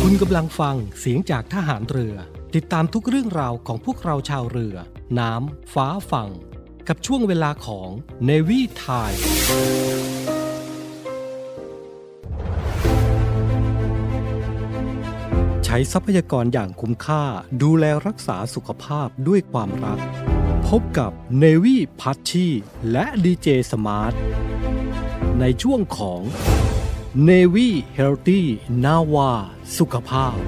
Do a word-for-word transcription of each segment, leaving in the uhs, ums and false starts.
คุณกำลังฟังเสียงจากทหารเรือติดตามทุกเรื่องราวของพวกเราชาวเรือน้ำฟ้าฝั่งกับช่วงเวลาของ Navy Time ใช้ทรัพยากรอย่างคุ้มค่าดูแลรักษาสุขภาพด้วยความรักพบกับ Navy พัชชีและ ดี เจ Smart ในช่วงของ Navy Healthy นาวาสุขภาพ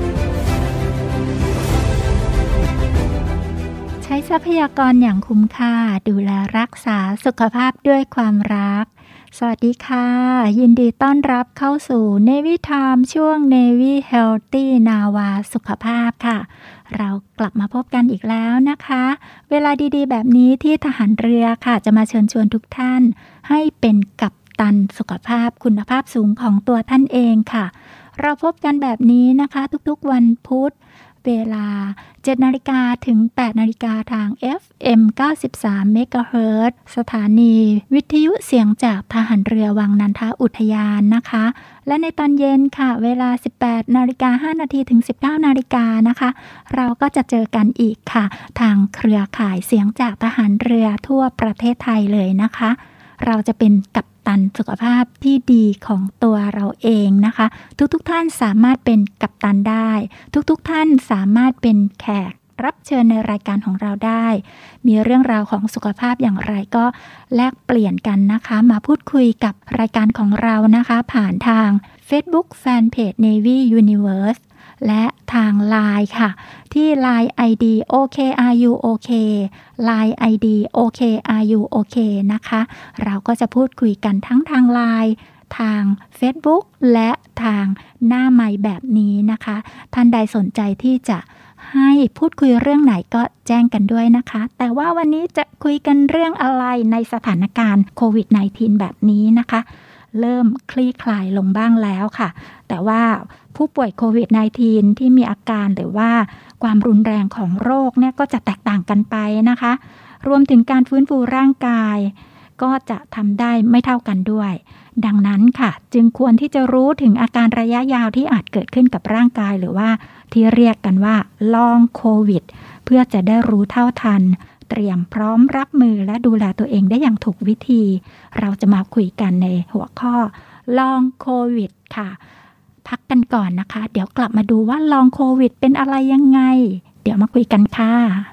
ใช้ทรัพยากรอย่างคุ้มค่าดูแลรักษาสุขภาพด้วยความรักสวัสดีค่ะยินดีต้อนรับเข้าสู่ Navy Time ช่วง Navy Healthy นาวาสุขภาพค่ะเรากลับมาพบกันอีกแล้วนะคะเวลาดีๆแบบนี้ที่ทหารเรือค่ะจะมาเชิญชวนทุกท่านให้เป็นกัปตันสุขภาพคุณภาพสูงของตัวท่านเองค่ะเราพบกันแบบนี้นะคะทุกๆวันพุธเวลา เจ็ดนาฬิกา ถึง แปดนาฬิกา ทาง เอฟ เอ็ม เก้าสิบสาม เมกะเฮิรตซ์ สถานีวิทยุเสียงจากทหารเรือวังนันทอุทยานนะคะและในตอนเย็นค่ะเวลา สิบแปดนาฬิกาห้านาที ถึง สิบเก้านาฬิกานะคะเราก็จะเจอกันอีกค่ะทางเครือข่ายเสียงจากทหารเรือทั่วประเทศไทยเลยนะคะเราจะเป็นกัปตันสุขภาพที่ดีของตัวเราเองนะคะทุกๆท่านสามารถเป็นกัปตันได้ทุกๆท่านสามารถเป็นแขกรับเชิญในรายการของเราได้มีเรื่องราวของสุขภาพอย่างไรก็แลกเปลี่ยนกันนะคะมาพูดคุยกับรายการของเรานะคะผ่านทาง Facebook Fanpage Navy Universe และทาง ไลน์ ค่ะที่ ไลน์ ไอ ดี โอ เค อาร์ ยู โอ เค ไลน์ ไอ ดี โอ เค อาร์ ยู โอ เค นะคะเราก็จะพูดคุยกันทั้งทาง ไลน์ ทาง Facebook และทางหน้าไมค์แบบนี้นะคะท่านใดสนใจที่จะให้พูดคุยเรื่องไหนก็แจ้งกันด้วยนะคะแต่ว่าวันนี้จะคุยกันเรื่องอะไรในสถานการณ์โควิด สิบเก้า แบบนี้นะคะเริ่มคลี่คลายลงบ้างแล้วค่ะแต่ว่าผู้ป่วยโควิด สิบเก้า ที่มีอาการหรือว่าความรุนแรงของโรคเนี่ยก็จะแตกต่างกันไปนะคะรวมถึงการฟื้นฟูร่างกายก็จะทำได้ไม่เท่ากันด้วยดังนั้นค่ะจึงควรที่จะรู้ถึงอาการระยะยาวที่อาจเกิดขึ้นกับร่างกายหรือว่าที่เรียกกันว่าลองโควิดเพื่อจะได้รู้เท่าทันเตรียมพร้อมรับมือและดูแลตัวเองได้อย่างถูกวิธีเราจะมาคุยกันในหัวข้อลองโควิดค่ะพักกันก่อนนะคะเดี๋ยวกลับมาดูว่าลองโควิดเป็นอะไรยังไงเดี๋ยวมาคุยกันค่ะ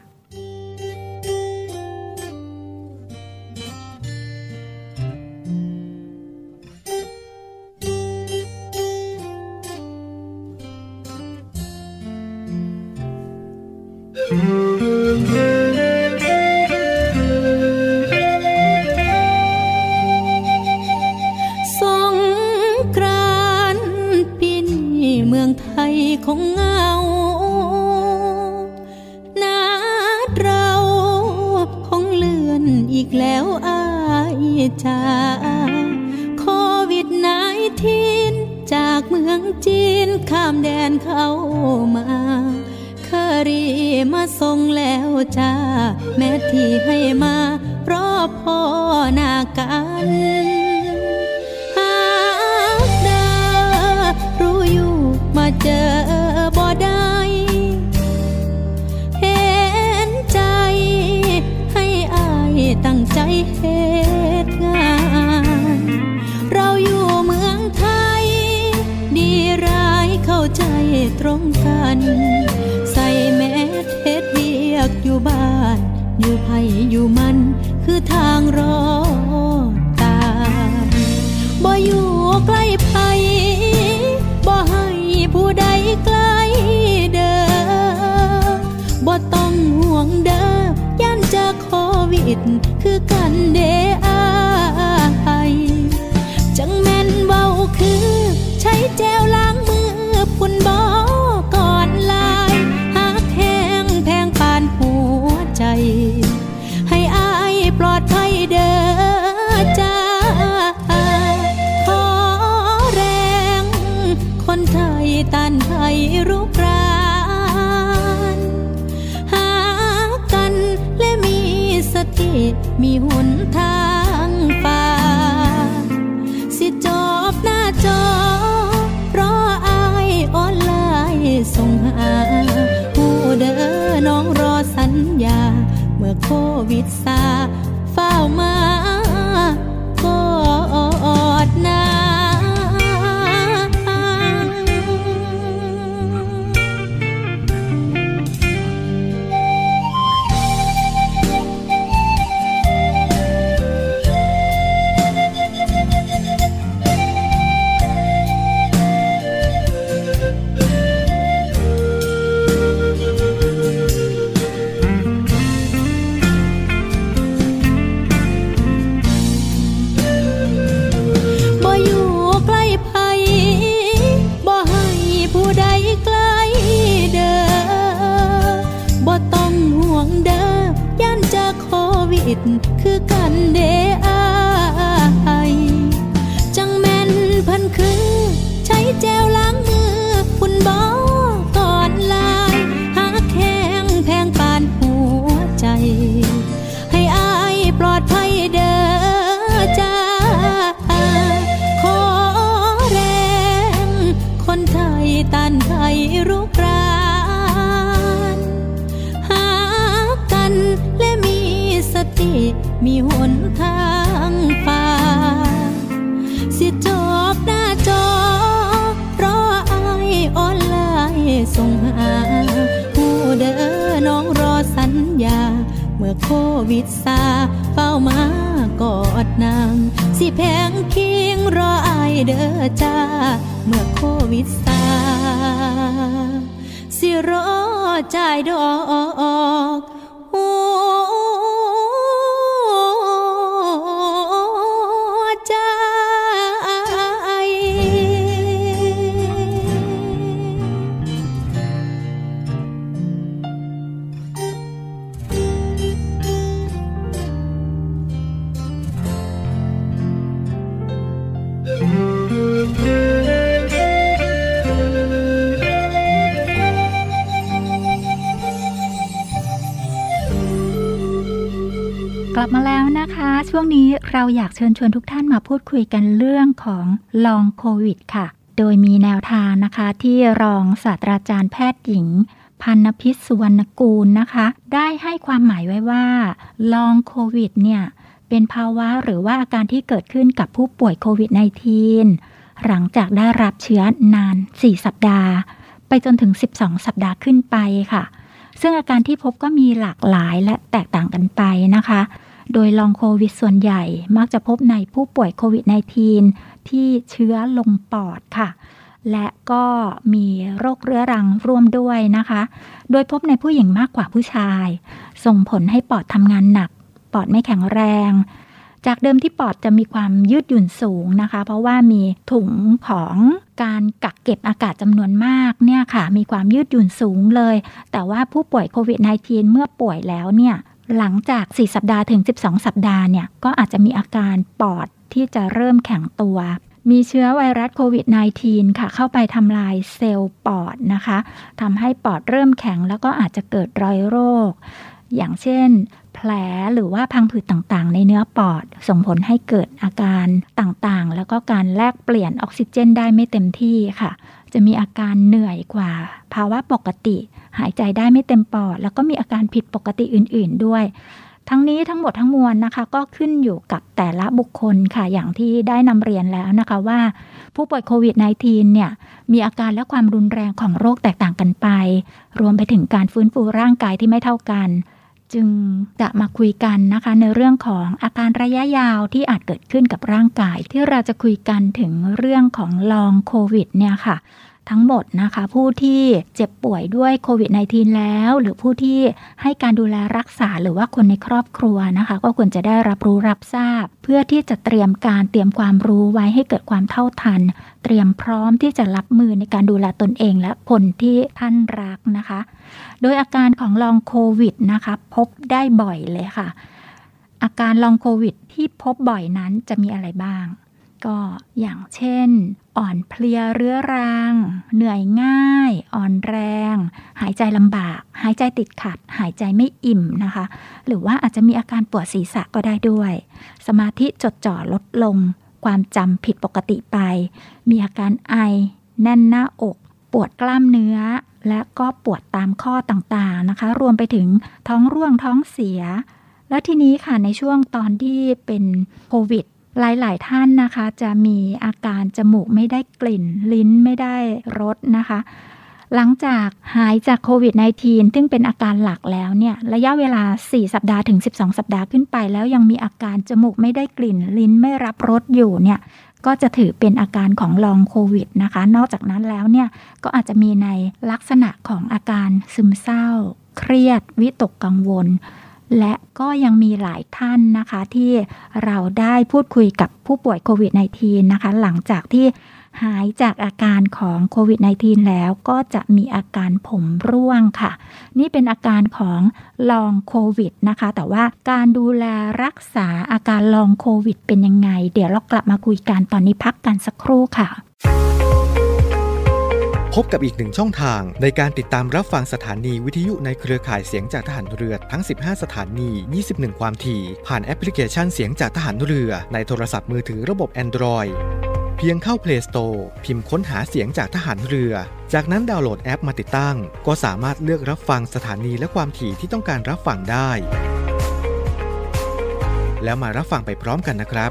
คงเงานัดเราคงเลื่อนอีกแล้วอ้ายจ้าโควิด สิบเก้า จากเมืองจีนข้ามแดนเข้ามาเคอรี่มาส่งแล้วจ้าแม้ที่ให้มารอพ่อหน้ากันหากเด้อรู้อยู่มาเจอบ่ได้เห็นใจให้อายตั้งใจเฮ็ดงานเราอยู่เมืองไทยดีร้ายเข้าใจตรงกันใส่แมสเฮ็ดเวียกอยู่บ้านอยู่ไผอยู่มันคือทางรอดตายบ่อยู่ใกล้ไผบ่ให้ผู้ใดใกล้เด้อบ่ต้องห่วงเด้อย่านเจอโควิดคือกันเด้อายจังแม่นเว้าคือใช้เจลล้างมือพุ่นบ่ก่อนลายหากแห้งแพงปานหัวใจให้อายปลอดภัยเด้อจ้าขอแรงคนไทยต้านภัยรุกรานหากันและมีสติมีหนทางฝ่าสิจบหน้าจอเพราะอายออนไลอโควิดซาเฝ้ามากอดนางคือกันเด้อายจังแม่นเพิ่นคือใช้แจวล้างมือฝุ่นบ่ก่อนลายหาแข้งแพงปานหัวใจให้อายปลอดภัยเด้อจ้าขอแรงคนไทยต้านภัยรุกรานหากันและมีสติมีหนทางฝ่าสิจบหน้าจอรออายออนไลน์ส่งหาผู้เด้อน้องรอสัญญาเมื่อโควิดซาเฝ้ามากอดนางสิแพงคิงรออายเด้อจ้าเมื่อโควิดซาสิรอจ่ายดอกโอ้กลับมาแล้วนะคะช่วงนี้เราอยากเชิญชวนทุกท่านมาพูดคุยกันเรื่องของลองโควิดค่ะโดยมีแนวทางนะคะที่รองศาสตราจารย์แพทย์หญิงพันนพิษสุวรรณกูลนะคะได้ให้ความหมายไว้ว่าลองโควิดเนี่ยเป็นภาวะหรือว่าอาการที่เกิดขึ้นกับผู้ป่วยโควิด สิบเก้า หลังจากได้รับเชื้อนานสี่สัปดาห์ไปจนถึงสิบสองสัปดาห์ขึ้นไปค่ะซึ่งอาการที่พบก็มีหลากหลายและแตกต่างกันไปนะคะโดยลองโควิดส่วนใหญ่มักจะพบในผู้ป่วยโควิด สิบเก้า ที่เชื้อลงปอดค่ะและก็มีโรคเรื้อรังร่วมด้วยนะคะโดยพบในผู้หญิงมากกว่าผู้ชายส่งผลให้ปอดทำงานหนักปอดไม่แข็งแรงจากเดิมที่ปอดจะมีความยืดหยุ่นสูงนะคะเพราะว่ามีถุงของการกักเก็บอากาศจำนวนมากเนี่ยค่ะมีความยืดหยุ่นสูงเลยแต่ว่าผู้ป่วยโควิด สิบเก้า เมื่อป่วยแล้วเนี่ยหลังจากสี่สัปดาห์ถึงสิบสองสัปดาห์เนี่ยก็อาจจะมีอาการปอดที่จะเริ่มแข็งตัวมีเชื้อไวรัสโควิด สิบเก้า ค่ะเข้าไปทำลายเซลล์ปอดนะคะทำให้ปอดเริ่มแข็งแล้วก็อาจจะเกิดรอยโรคอย่างเช่นแผลหรือว่าพังผืดต่างๆในเนื้อปอดส่งผลให้เกิดอาการต่างๆแล้วก็การแลกเปลี่ยนออกซิเจนได้ไม่เต็มที่ค่ะจะมีอาการเหนื่อยกว่าภาวะปกติหายใจได้ไม่เต็มปอดแล้วก็มีอาการผิดปกติอื่นๆด้วยทั้งนี้ทั้งหมดทั้งมวลนะคะก็ขึ้นอยู่กับแต่ละบุคคลค่ะอย่างที่ได้นำเรียนแล้วนะคะว่าผู้ป่วยโควิด สิบเก้า เนี่ยมีอาการและความรุนแรงของโรคแตกต่างกันไปรวมไปถึงการฟื้นฟูร่างกายที่ไม่เท่ากันจึงจะมาคุยกันนะคะในเรื่องของอาการระยะยาวที่อาจเกิดขึ้นกับร่างกายที่เราจะคุยกันถึงเรื่องของลองโควิดเนี่ยค่ะทั้งหมดนะคะผู้ที่เจ็บป่วยด้วยโควิด สิบเก้า แล้วหรือผู้ที่ให้การดูแลรักษาหรือว่าคนในครอบครัวนะคะก็ควรจะได้รับรู้รับทราบเพื่อที่จะเตรียมการเตรียมความรู้ไว้ให้เกิดความเท่าทันเตรียมพร้อมที่จะรับมือในการดูแลตนเองและคนที่ท่านรักนะคะโดยอาการของลองโควิดนะคะพบได้บ่อยเลยค่ะอาการลองโควิดที่พบบ่อยนั้นจะมีอะไรบ้างก็อย่างเช่นอ่อนเพลียเรื้อรังเหนื่อยง่ายอ่อนแรงหายใจลำบากหายใจติดขัดหายใจไม่อิ่มนะคะหรือว่าอาจจะมีอาการปวดศีรษะก็ได้ด้วยสมาธิจดจ่อลดลงความจำผิดปกติไปมีอาการไอแน่นหน้าอกปวดกล้ามเนื้อและก็ปวดตามข้อต่างๆนะคะรวมไปถึงท้องร่วงท้องเสียแล้วทีนี้ค่ะในช่วงตอนที่เป็นโควิดหลายๆท่านนะคะจะมีอาการจมูกไม่ได้กลิ่นลิ้นไม่ได้รสนะคะหลังจากหายจากโควิด สิบเก้า ซึ่งเป็นอาการหลักแล้วเนี่ยระยะเวลาสี่สัปดาห์ถึงสิบสองสัปดาห์ขึ้นไปแล้วยังมีอาการจมูกไม่ได้กลิ่นลิ้นไม่รับรสอยู่เนี่ยก็จะถือเป็นอาการของลองโควิดนะคะนอกจากนั้นแล้วเนี่ยก็อาจจะมีในลักษณะของอาการซึมเศร้าเครียดวิตกกังวลและก็ยังมีหลายท่านนะคะที่เราได้พูดคุยกับผู้ป่วยโควิด สิบเก้า นะคะหลังจากที่หายจากอาการของโควิด สิบเก้า แล้วก็จะมีอาการผมร่วงค่ะนี่เป็นอาการของลองโควิดนะคะแต่ว่าการดูแลรักษาอาการลองโควิดเป็นยังไงเดี๋ยวเรากลับมาคุยกันตอนนี้พักกันสักครู่ค่ะพบกับอีกหนึ่งช่องทางในการติดตามรับฟังสถานีวิทยุในเครือข่ายเสียงจากทหารเรือทั้งสิบห้าสถานียี่สิบเอ็ดความถี่ผ่านแอปพลิเคชันเสียงจากทหารเรือในโทรศัพท์มือถือระบบ Android เพียงเข้า Play Store พิมพ์ค้นหาเสียงจากทหารเรือจากนั้นดาวน์โหลดแอปมาติดตั้งก็สามารถเลือกรับฟังสถานีและความถี่ที่ต้องการรับฟังได้แล้วมารับฟังไปพร้อมกันนะครับ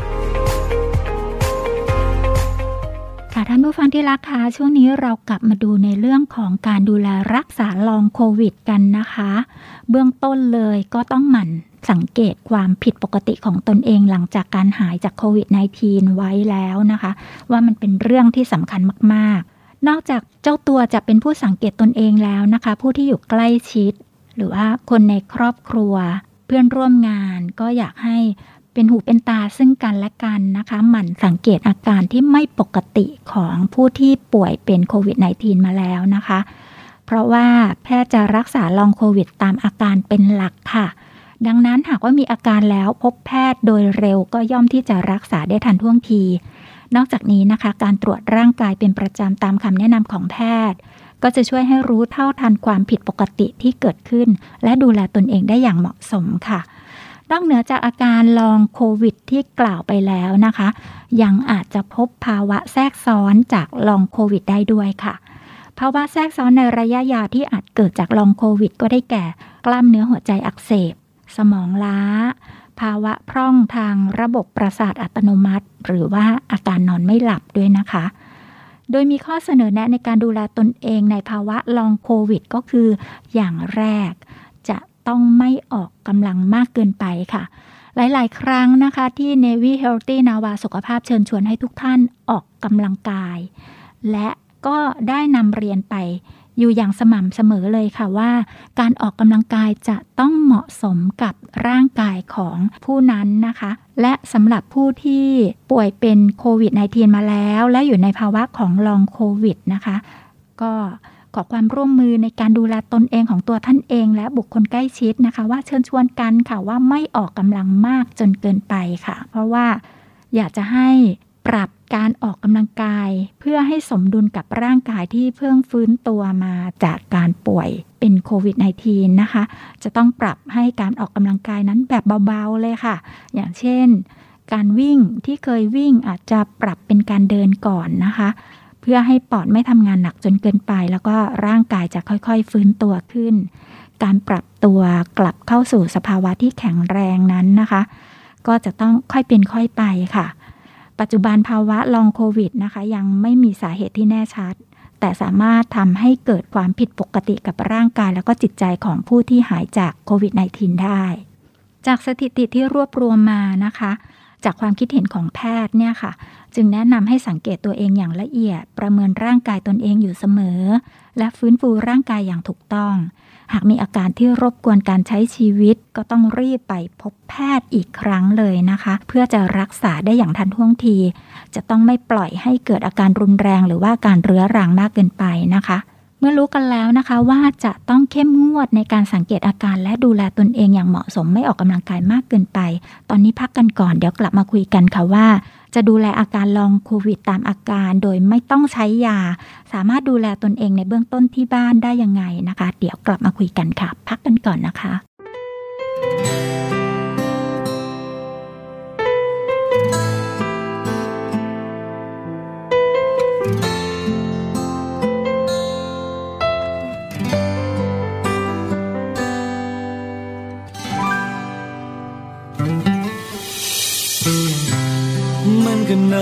ค่ะท่านผู้ฟังที่รักค่ะช่วงนี้เรากลับมาดูในเรื่องของการดูแลรักษาลองโควิดกันนะคะเบื้องต้นเลยก็ต้องหมั่นสังเกตความผิดปกติของตนเองหลังจากการหายจากโควิด สิบเก้า ไว้แล้วนะคะว่ามันเป็นเรื่องที่สำคัญมากๆนอกจากเจ้าตัวจะเป็นผู้สังเกตตนเองแล้วนะคะผู้ที่อยู่ใกล้ชิดหรือว่าคนในครอบครัวเพื่อนร่วมงานก็อยากให้เป็นหูเป็นตาซึ่งกันและกันนะคะหมั่นสังเกตอาการที่ไม่ปกติของผู้ที่ป่วยเป็นโควิด สิบเก้า มาแล้วนะคะเพราะว่าแพทย์จะรักษาลองโควิดตามอาการเป็นหลักค่ะดังนั้นหากว่ามีอาการแล้วพบแพทย์โดยเร็วก็ย่อมที่จะรักษาได้ทันท่วงทีนอกจากนี้นะคะการตรวจร่างกายเป็นประจำตามคำแนะนำของแพทย์ก็จะช่วยให้รู้เท่าทันความผิดปกติที่เกิดขึ้นและดูแลตนเองได้อย่างเหมาะสมค่ะนอกเหนือจากอาการลองโควิดที่กล่าวไปแล้วนะคะยังอาจจะพบภาวะแทรกซ้อนจากลองโควิดได้ด้วยค่ะภาวะแทรกซ้อนในระยะยาวที่อาจเกิดจากลองโควิดก็ได้แก่กล้ามเนื้อหัวใจอักเสบสมองล้าภาวะพร่องทางระบบประสาทอัตโนมัติหรือว่าอาการนอนไม่หลับด้วยนะคะโดยมีข้อเสนอแนะในการดูแลตนเองในภาวะลองโควิดก็คืออย่างแรกจะต้องไม่ออกกำลังมากเกินไปค่ะหลายๆครั้งนะคะที่ Navy Healthy นาวาสุขภาพเชิญชวนให้ทุกท่านออกกำลังกายและก็ได้นำเรียนไปอยู่อย่างสม่ำเสมอเลยค่ะว่าการออกกำลังกายจะต้องเหมาะสมกับร่างกายของผู้นั้นนะคะและสำหรับผู้ที่ป่วยเป็นโควิด สิบเก้า มาแล้วและอยู่ในภาวะของลองโควิดนะคะก็ขอความร่วมมือในการดูแลตนเองของตัวท่านเองและบุคคลใกล้ชิดนะคะว่าเชิญชวนกันค่ะว่าไม่ออกกำลังมากจนเกินไปค่ะเพราะว่าอยากจะให้ปรับการออกกำลังกายเพื่อให้สมดุลกับร่างกายที่เพิ่งฟื้นตัวมาจากการป่วยเป็นโควิด สิบเก้า นะคะจะต้องปรับให้การออกกำลังกายนั้นแบบเบาๆเลยค่ะอย่างเช่นการวิ่งที่เคยวิ่งอาจจะปรับเป็นการเดินก่อนนะคะเพื่อให้ปอดไม่ทำงานหนักจนเกินไปแล้วก็ร่างกายจะค่อยๆฟื้นตัวขึ้นการปรับตัวกลับเข้าสู่สภาวะที่แข็งแรงนั้นนะคะก็จะต้องค่อยเป็นค่อยไปค่ะปัจจุบันภาวะลองโควิดนะคะยังไม่มีสาเหตุที่แน่ชัดแต่สามารถทำให้เกิดความผิดปกติกับร่างกายแล้วก็จิตใจของผู้ที่หายจากโควิด สิบเก้า ได้จากสถิติที่รวบรวมมานะคะจากความคิดเห็นของแพทย์เนี่ยค่ะจึงแนะนำให้สังเกตตัวเองอย่างละเอียดประเมินร่างกายตนเองอยู่เสมอและฟื้นฟูร่างกายอย่างถูกต้องหากมีอาการที่รบกวนการใช้ชีวิตก็ต้องรีบไปพบแพทย์อีกครั้งเลยนะคะเพื่อจะรักษาได้อย่างทันท่วงทีจะต้องไม่ปล่อยให้เกิดอาการรุนแรงหรือว่าการเรื้อรังมากเกินไปนะคะเมื่อรู้กันแล้วนะคะว่าจะต้องเข้มงวดในการสังเกตอาการและดูแลตนเองอย่างเหมาะสมไม่ออกกำลังกายมากเกินไปตอนนี้พักกันก่อนเดี๋ยวกลับมาคุยกันค่ะว่าจะดูแลอาการลองโควิดตามอาการโดยไม่ต้องใช้ยาสามารถดูแลตนเองในเบื้องต้นที่บ้านได้ยังไงนะคะเดี๋ยวกลับมาคุยกันค่ะพักกันก่อนนะคะ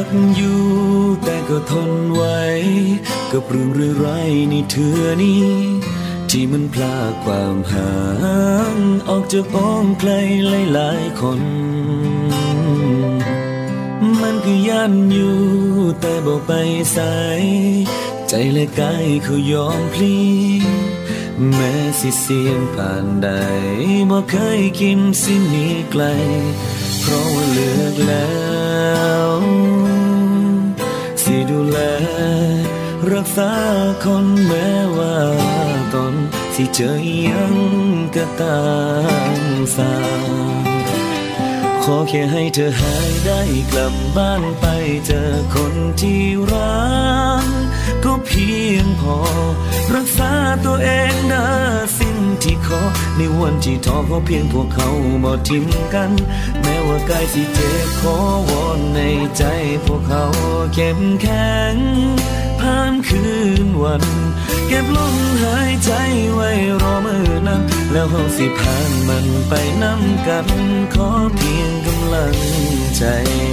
กอยู่แต่ก็ทนไว้กับเรื่องร้ายๆในเธอนี้ที่มันพลากความหางออกจากอ้อมใครหลายๆคนมันก็ย่านอยู่แต่บ่ไปใส่ใจและกายเขายอมพลีแม้สิเสียงผ่านใดบ่เคยคิดสิหนีไกลเพราะว่าเลือกแล้วสิดูแลรักษาคนแม้ว่าตอนสิเจอยังก็ตามสาขอแค่ให้เธอหายได้กลับบ้านไปเจอคนที่รักก็เพียงพอรักษาตัวเองนะสิ่งที่ขอในวันที่ท้อเพราะเพียงพวกเขาบ่ทิ้งกันแม้ว่ากายสิเจ็บขอวอนในใจพวกเขาเข้มแข็งผ่านคืนวันเก็บลมหายใจไว้รอมื้อนั้นแล้วเฮาสิผ่านมันไปนำกันขอเพียงกำลังใจ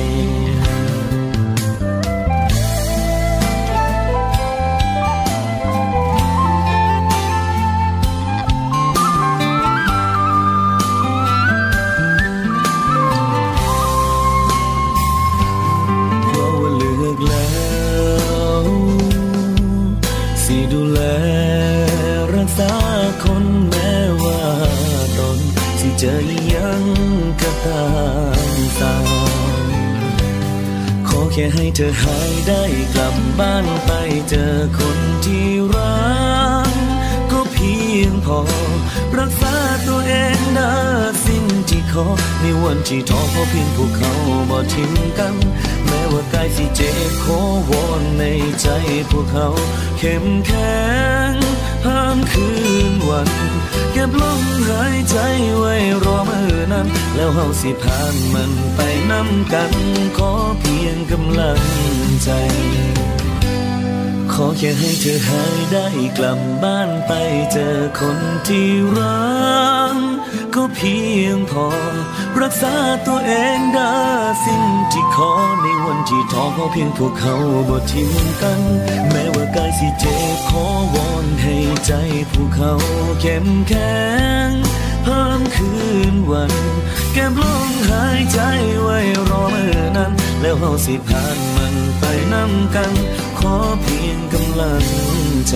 คนแม้ว่าตนสิเจอยังก็ตามตามขอแค่ให้เธอหายได้กลับบ้านไปเจอคนที่รักก็เพียงพอรักษาตัวเองนะสิ่งที่ขอในวันที่ท้อเพราะเพียงพวกเขาบ่ทิ้งกันแม้ว่ากายสิเจ็บขอวอนในใจพวกเขาเข้มแข็งผ่านคืนวันเก็บลมหายใจไว้รอมื้อนั้นแล้วเฮาสิผ่านมันไปนำกันขอเพียงกำลังใจขอแค่ให้เธอหายได้กลับบ้านไปเจอคนที่รักก็เพียงพอรักษาตัวเองได้สิ่งที่ขอในวันที่ท้อเพราะเพียงพวกเขาบ่ทิ้งกันแม้ว่ากายสิเจ็บขอวอนให้ใจพวกเขาเข้มแข็งผ่านคืนวันเก็บลมหายใจไว้รอมื้อนั้นแล้วเฮาสิผ่านมันไปนำกันขอเพียงกำลังใจ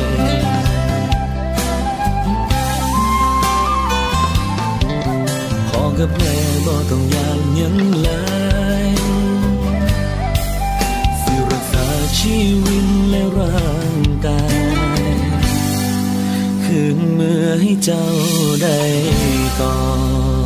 พ่อกับแม่บ่ต้องยานยังหลายสิรักษาชีวิตและร่างกายคืนเมื่อให้เจ้าได้ก่อน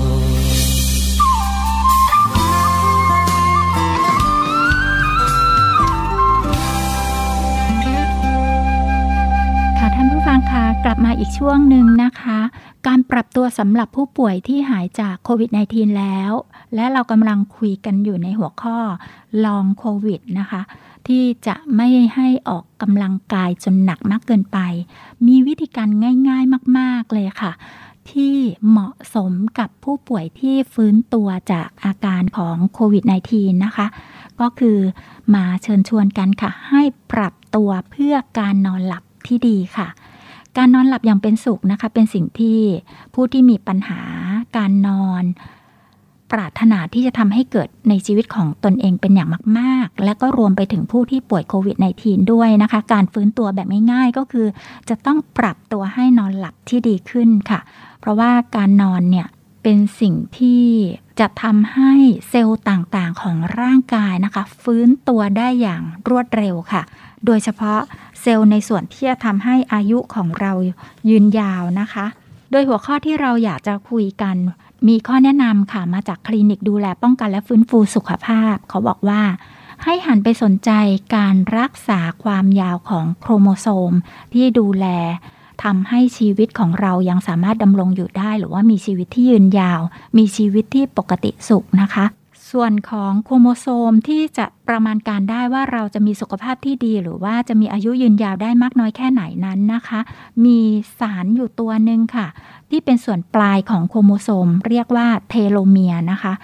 กลับมาอีกช่วงหนึ่งนะคะการปรับตัวสำหรับผู้ป่วยที่หายจากโควิด สิบเก้า แล้วและเรากำลังคุยกันอยู่ในหัวข้อลองโควิดนะคะที่จะไม่ให้ออกกำลังกายจนหนักมากเกินไปมีวิธีการง่ายๆมากๆเลยค่ะที่เหมาะสมกับผู้ป่วยที่ฟื้นตัวจากอาการของโควิด สิบเก้า นะคะก็คือมาเชิญชวนกันค่ะให้ปรับตัวเพื่อการนอนหลับที่ดีค่ะการนอนหลับอย่างเป็นสุขนะคะเป็นสิ่งที่ผู้ที่มีปัญหาการนอนปรารถนาที่จะทำให้เกิดในชีวิตของตนเองเป็นอย่างมากๆและก็รวมไปถึงผู้ที่ป่วยโควิด สิบเก้า ด้วยนะคะการฟื้นตัวแบบง่ายๆก็คือจะต้องปรับตัวให้นอนหลับที่ดีขึ้นค่ะเพราะว่าการนอนเนี่ยเป็นสิ่งที่จะทำให้เซลล์ต่างๆของร่างกายนะคะฟื้นตัวได้อย่างรวดเร็วค่ะโดยเฉพาะเซลล์ในส่วนที่จะทำให้อายุของเรายืนยาวนะคะโดยหัวข้อที่เราอยากจะคุยกันมีข้อแนะนำค่ะมาจากคลินิกดูแลป้องกันและฟื้นฟูสุขภาพเขาบอกว่าให้หันไปสนใจการรักษาความยาวของโครโมโซมที่ดูแลทำให้ชีวิตของเรายังสามารถดำรงอยู่ได้หรือว่ามีชีวิตที่ยืนยาวมีชีวิตที่ปกติสุขนะคะส่วนของโครโมโซมที่จะประมาณการได้ว่าเราจะมีสุขภาพที่ดีหรือว่าจะมีอายุยืนยาวได้มากน้อยแค่ไหนนั้นนะคะมีสารอยู่ตัวหนึ่งค่ะที่เป็นส่วนปลายของโครโมโซมเรียกว่าเทโลเมียร์นะคะ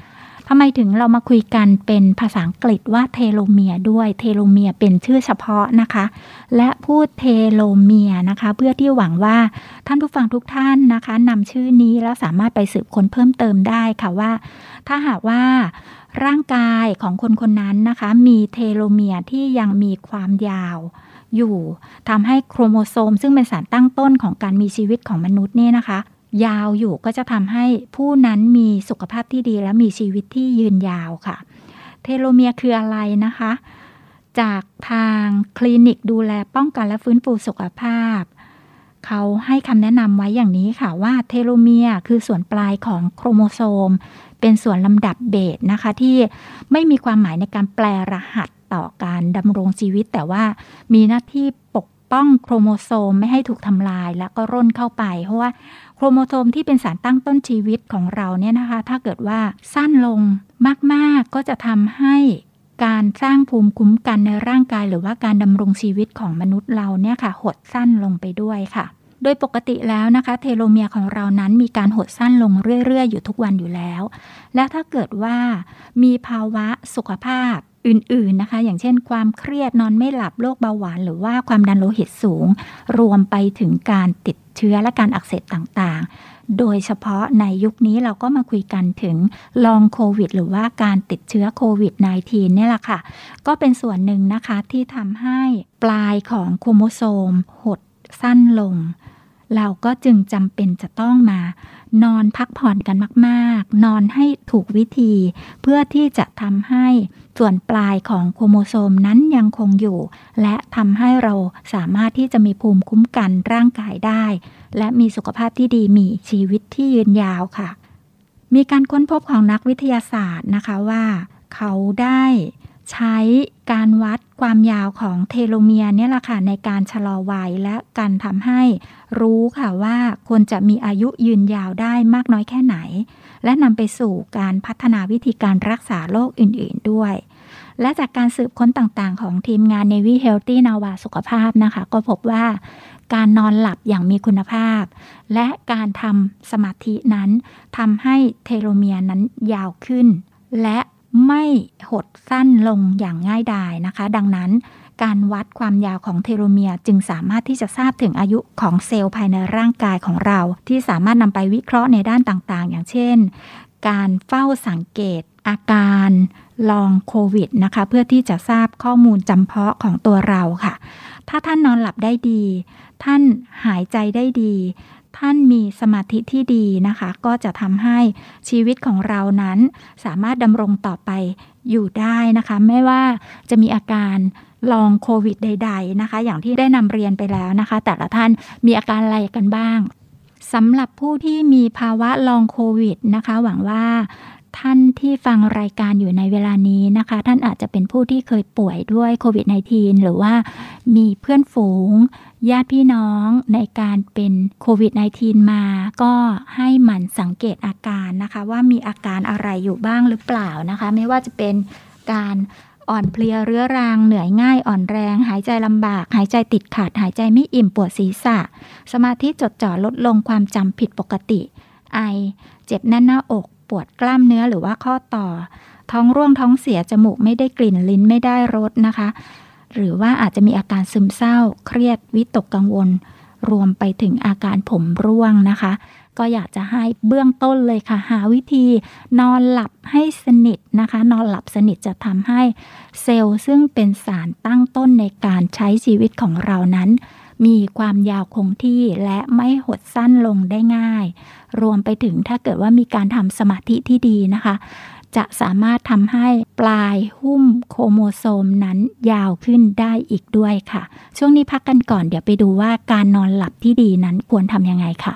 ทำไมถึงเรามาคุยกันเป็นภาษาอังกฤษว่าเทโลเมียร์ด้วยเทโลเมียร์เป็นชื่อเฉพาะนะคะและพูดเทโลเมียร์นะคะเพื่อที่หวังว่าท่านผู้ฟังทุกท่านนะคะนำชื่อนี้แล้วสามารถไปสืบค้นเพิ่มเติมได้ค่ะว่าถ้าหากว่าร่างกายของคนคนนั้นนะคะมีเทโลเมียร์ที่ยังมีความยาวอยู่ทำให้โครโมโซมซึ่งเป็นสารตั้งต้นของการมีชีวิตของมนุษย์นี่นะคะยาวอยู่ก็จะทำให้ผู้นั้นมีสุขภาพที่ดีและมีชีวิตที่ยืนยาวค่ะเทโลเมียร์คืออะไรนะคะจากทางคลินิกดูแลป้องกันและฟื้นฟูสุขภาพเขาให้คำแนะนำไว้อย่างนี้ค่ะว่าเทโลเมียร์คือส่วนปลายของโครโมโซมเป็นส่วนลำดับเบสนะคะที่ไม่มีความหมายในการแปลรหัสต่อการดำรงชีวิตแต่ว่ามีหน้าที่ปกป้องโครโมโซมไม่ให้ถูกทำลายแล้วก็ร่นเข้าไปเพราะว่าโครโมโซมที่เป็นสารตั้งต้นชีวิตของเราเนี่ยนะคะถ้าเกิดว่าสั้นลงมากๆก็จะทำให้การสร้างภูมิคุ้มกันในร่างกายหรือว่าการดำรงชีวิตของมนุษย์เราเนี่ยค่ะหดสั้นลงไปด้วยค่ะโดยปกติแล้วนะคะเทโลเมียร์ของเรานั้นมีการหดสั้นลงเรื่อยๆอยู่ทุกวันอยู่แล้วและถ้าเกิดว่ามีภาวะสุขภาพอื่นๆนะคะอย่างเช่นความเครียดนอนไม่หลับโรคเบาหวานหรือว่าความดันโลหิตสูงรวมไปถึงการติดเชื้อและการอักเสบต่างๆโดยเฉพาะในยุคนี้เราก็มาคุยกันถึงลองโควิดหรือว่าการติดเชื้อโควิด สิบเก้า เนี่ยแหละค่ะก็เป็นส่วนหนึ่งนะคะที่ทำให้ปลายของโครโมโซมหดสั้นลงเราก็จึงจำเป็นจะต้องมานอนพักผ่อนกันมากๆนอนให้ถูกวิธีเพื่อที่จะทำให้ส่วนปลายของโครโมโซมนั้นยังคงอยู่และทำให้เราสามารถที่จะมีภูมิคุ้มกันร่างกายได้และมีสุขภาพที่ดีมีชีวิตที่ยืนยาวค่ะมีการค้นพบของนักวิทยาศาสตร์นะคะว่าเขาได้ใช้การวัดความยาวของเทโลเมียร์เนี่ยแหละค่ะในการชะลอวัยและการทำให้รู้ค่ะว่าคนจะมีอายุยืนยาวได้มากน้อยแค่ไหนและนำไปสู่การพัฒนาวิธีการรักษาโรคอื่นๆด้วยและจากการสืบค้นต่างๆของทีมงาน Navy Healthy Nava สุขภาพนะคะก็พบว่าการนอนหลับอย่างมีคุณภาพและการทำสมาธินั้นทำให้เทโลเมียร์นั้นยาวขึ้นและไม่หดสั้นลงอย่างง่ายดายนะคะดังนั้นการวัดความยาวของเทโลเมียร์จึงสามารถที่จะทราบถึงอายุของเซลล์ภายในร่างกายของเราที่สามารถนำไปวิเคราะห์ในด้านต่างๆอย่างเช่นการเฝ้าสังเกตอาการลองโควิดนะคะเพื่อที่จะทราบข้อมูลจำเพาะของตัวเราค่ะถ้าท่านนอนหลับได้ดีท่านหายใจได้ดีท่านมีสมาธิที่ดีนะคะก็จะทำให้ชีวิตของเรานั้นสามารถดำรงต่อไปอยู่ได้นะคะไม่ว่าจะมีอาการลองโควิดใดๆนะคะอย่างที่ได้นำเรียนไปแล้วนะคะแต่ละท่านมีอาการอะไรกันบ้างสำหรับผู้ที่มีภาวะลองโควิดนะคะหวังว่าท่านที่ฟังรายการอยู่ในเวลานี้นะคะท่านอาจจะเป็นผู้ที่เคยป่วยด้วยโควิด สิบเก้า หรือว่ามีเพื่อนฝูงญาติพี่น้องในการเป็นโควิด สิบเก้า มาก็ให้หมั่นสังเกตอาการนะคะว่ามีอาการอะไรอยู่บ้างหรือเปล่านะคะไม่ว่าจะเป็นการอ่อนเพลียเรื้อรังเหนื่อยง่ายอ่อนแรงหายใจลำบากหายใจติดขัดหายใจไม่อิ่มปวดศีรษะสมาธิจดจ่อลดลงความจำผิดปกติไอเจ็บแน่นหน้าอกปวดกล้ามเนื้อหรือว่าข้อต่อท้องร่วงท้องเสียจมูกไม่ได้กลิ่นลิ้นไม่ได้รสนะคะหรือว่าอาจจะมีอาการซึมเศร้าเครียดวิตกกังวลรวมไปถึงอาการผมร่วงนะคะก็อยากจะให้เบื้องต้นเลยค่ะหาวิธีนอนหลับให้สนิทนะคะนอนหลับสนิทจะทำให้เซลล์ซึ่งเป็นสารตั้งต้นในการใช้ชีวิตของเรานั้นมีความยาวคงที่และไม่หดสั้นลงได้ง่ายรวมไปถึงถ้าเกิดว่ามีการทำสมาธิที่ดีนะคะจะสามารถทำให้ปลายหุ้มโครโมโซมนั้นยาวขึ้นได้อีกด้วยค่ะช่วงนี้พักกันก่อนเดี๋ยวไปดูว่าการนอนหลับที่ดีนั้นควรทำยังไงค่ะ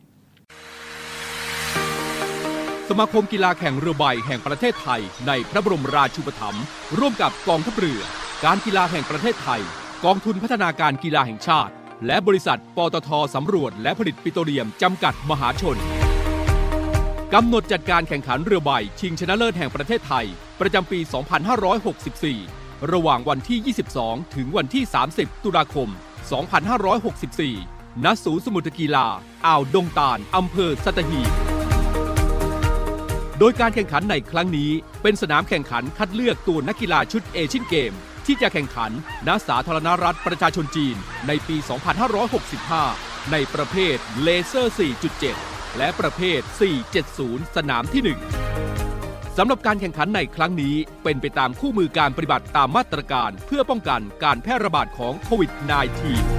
สมาคมกีฬาแข่งเรือใบแห่งประเทศไทยในพระบรมราชูปถัมภ์ร่วมกับกองทัพเรือการกีฬาแห่งประเทศไทยกองทุนพัฒนาการกีฬาแห่งชาติและบริษัทปตท.สำรวจและผลิตปิโตรเลียมจำกัดมหาชนกำหนดจัดการแข่งขันเรือใบชิงชนะเลิศแห่งประเทศไทยประจำปี สองพันห้าร้อยหกสิบสี่ ระหว่างวันที่ ยี่สิบสอง ถึงวันที่ สามสิบ ตุลาคม สองพันห้าร้อยหกสิบสี่ ณ ศูนย์สมุทรกีฬาอ่าวดงตาลอำเภอสัตหีบโดยการแข่งขันในครั้งนี้เป็นสนามแข่งขันคัดเลือกตัวนักกีฬาชุดเอเชียนเกมที่จะแข่งขันณสาธารณรัฐประชาชนจีนในปี สองพันห้าร้อยหกสิบห้า ในประเภทเลเซอร์ สี่จุดเจ็ด และประเภท สี่เจ็ดศูนย์ สนามที่ หนึ่ง สำหรับการแข่งขันในครั้งนี้เป็นไปตามคู่มือการปฏิบัติตามมาตรการเพื่อป้องกันการแพร่ระบาดของโควิด สิบเก้า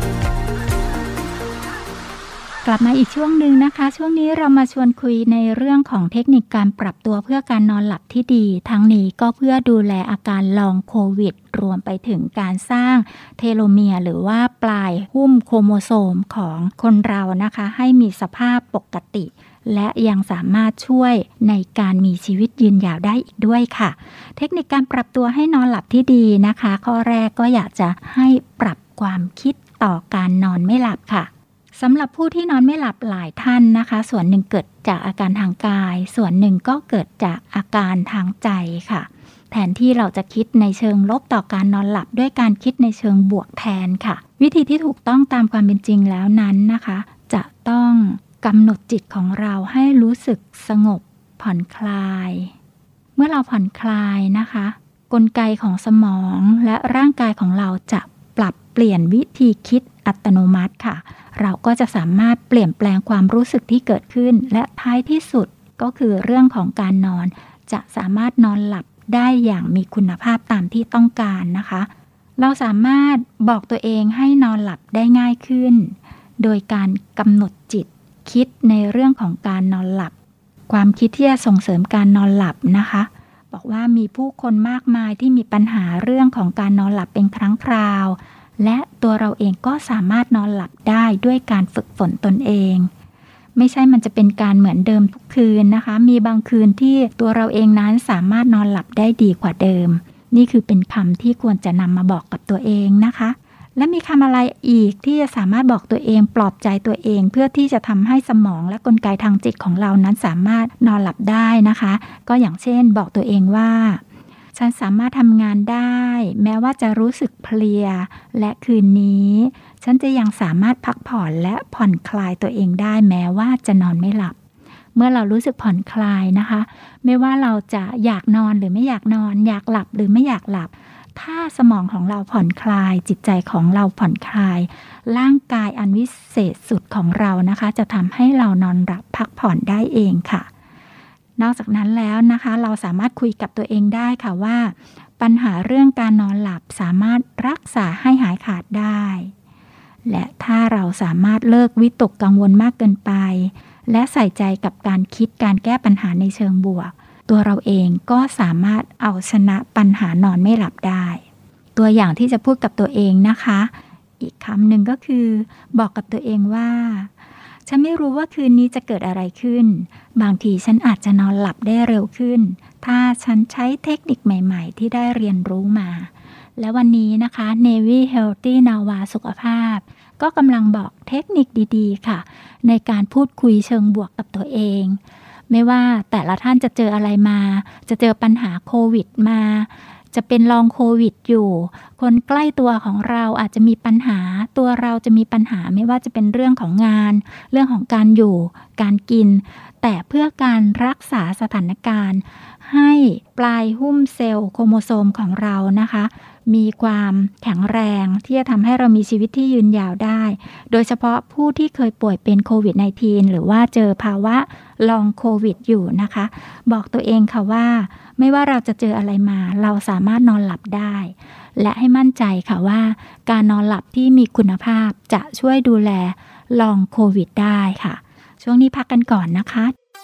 กลับมาอีกช่วงหนึ่งนะคะช่วงนี้เรามาชวนคุยในเรื่องของเทคนิคการปรับตัวเพื่อการนอนหลับที่ดีทั้งนี้ก็เพื่อดูแลอาการลองโควิดรวมไปถึงการสร้างเทโลเมียร์หรือว่าปลายหุ้มโครโมโซมของคนเรานะคะให้มีสภาพปกติและยังสามารถช่วยในการมีชีวิตยืนยาวได้อีกด้วยค่ะเทคนิคการปรับตัวให้นอนหลับที่ดีนะคะข้อแรกก็อยากจะให้ปรับความคิดต่อการนอนไม่หลับค่ะสำหรับผู้ที่นอนไม่หลับหลายท่านนะคะส่วนหนึ่งเกิดจากอาการทางกายส่วนหนึ่งก็เกิดจากอาการทางใจค่ะแทนที่เราจะคิดในเชิงลบต่อการนอนหลับด้วยการคิดในเชิงบวกแทนค่ะวิธีที่ถูกต้องตามความเป็นจริงแล้วนั้นนะคะจะต้องกำหนดจิตของเราให้รู้สึกสงบผ่อนคลายเมื่อเราผ่อนคลายนะคะกลไกของสมองและร่างกายของเราจะปรับเปลี่ยนวิธีคิดอัตโนมัติค่ะเราก็จะสามารถเปลี่ยนแปลงความรู้สึกที่เกิดขึ้นและท้ายที่สุดก็คือเรื่องของการนอนจะสามารถนอนหลับได้อย่างมีคุณภาพตามที่ต้องการนะคะเราสามารถบอกตัวเองให้นอนหลับได้ง่ายขึ้นโดยการกำหนดจิตคิดในเรื่องของการนอนหลับความคิดที่จะส่งเสริมการนอนหลับนะคะบอกว่ามีผู้คนมากมายที่มีปัญหาเรื่องของการนอนหลับเป็นครั้งคราวและตัวเราเองก็สามารถนอนหลับได้ด้วยการฝึกฝนตนเองไม่ใช่มันจะเป็นการเหมือนเดิมทุกคืนนะคะมีบางคืนที่ตัวเราเองนั้นสามารถนอนหลับได้ดีกว่าเดิมนี่คือเป็นคำที่ควรจะนำมาบอกกับตัวเองนะคะและมีคำอะไรอีกที่จะสามารถบอกตัวเองปลอบใจตัวเองเพื่อที่จะทำให้สมองและกลไกทางจิตของเรานั้นสามารถนอนหลับได้นะคะก็อย่างเช่นบอกตัวเองว่าฉันสามารถทำงานได้แม้ว่าจะรู้สึกเพลียและคืนนี้ฉันจะยังสามารถพักผ่อนและผ่อนคลายตัวเองได้แม้ว่าจะนอนไม่หลับเมื่อเรารู้สึกผ่อนคลายนะคะไม่ว่าเราจะอยากนอนหรือไม่อยากนอนอยากหลับหรือไม่อยากหลับถ้าสมองของเราผ่อนคลายจิตใจของเราผ่อนคลายร่างกายอันวิเศษสุดของเรานะคะจะทำให้เรานอนหลับพักผ่อนได้เองค่ะนอกจากนั้นแล้วนะคะเราสามารถคุยกับตัวเองได้ค่ะว่าปัญหาเรื่องการนอนหลับสามารถรักษาให้หายขาดได้และถ้าเราสามารถเลิกวิตกกังวลมากเกินไปและใส่ใจกับการคิดการแก้ปัญหาในเชิงบวกตัวเราเองก็สามารถเอาชนะปัญหานอนไม่หลับได้ตัวอย่างที่จะพูดกับตัวเองนะคะอีกคำหนึ่งก็คือบอกกับตัวเองว่าฉันไม่รู้ว่าคืนนี้จะเกิดอะไรขึ้นบางทีฉันอาจจะนอนหลับได้เร็วขึ้นถ้าฉันใช้เทคนิคใหม่ๆที่ได้เรียนรู้มาและวันนี้นะคะ Navy Healthy นาวาสุขภาพก็กำลังบอกเทคนิคดีๆค่ะในการพูดคุยเชิงบวกกับตัวเองไม่ว่าแต่ละท่านจะเจออะไรมาจะเจอปัญหาโควิดมาจะเป็นลองโควิดอยู่คนใกล้ตัวของเราอาจจะมีปัญหาตัวเราจะมีปัญหาไม่ว่าจะเป็นเรื่องของงานเรื่องของการอยู่การกินแต่เพื่อการรักษาสถานการณ์ให้ปลายหุ้มเซลล์โครโมโซมของเรานะคะมีความแข็งแรงที่จะทำให้เรามีชีวิตที่ยืนยาวได้โดยเฉพาะผู้ที่เคยป่วยเป็นโควิด สิบเก้า หรือว่าเจอภาวะลองโควิดอยู่นะคะบอกตัวเองค่ะว่าไม่ว่าเราจะเจออะไรมาเราสามารถนอนหลับได้และให้มั่นใจค่ะว่าการนอนหลับที่มีคุณภาพจะช่วยดูแลลองโควิดได้ค่ะช่วงนี้พักกันก่อนนะคะ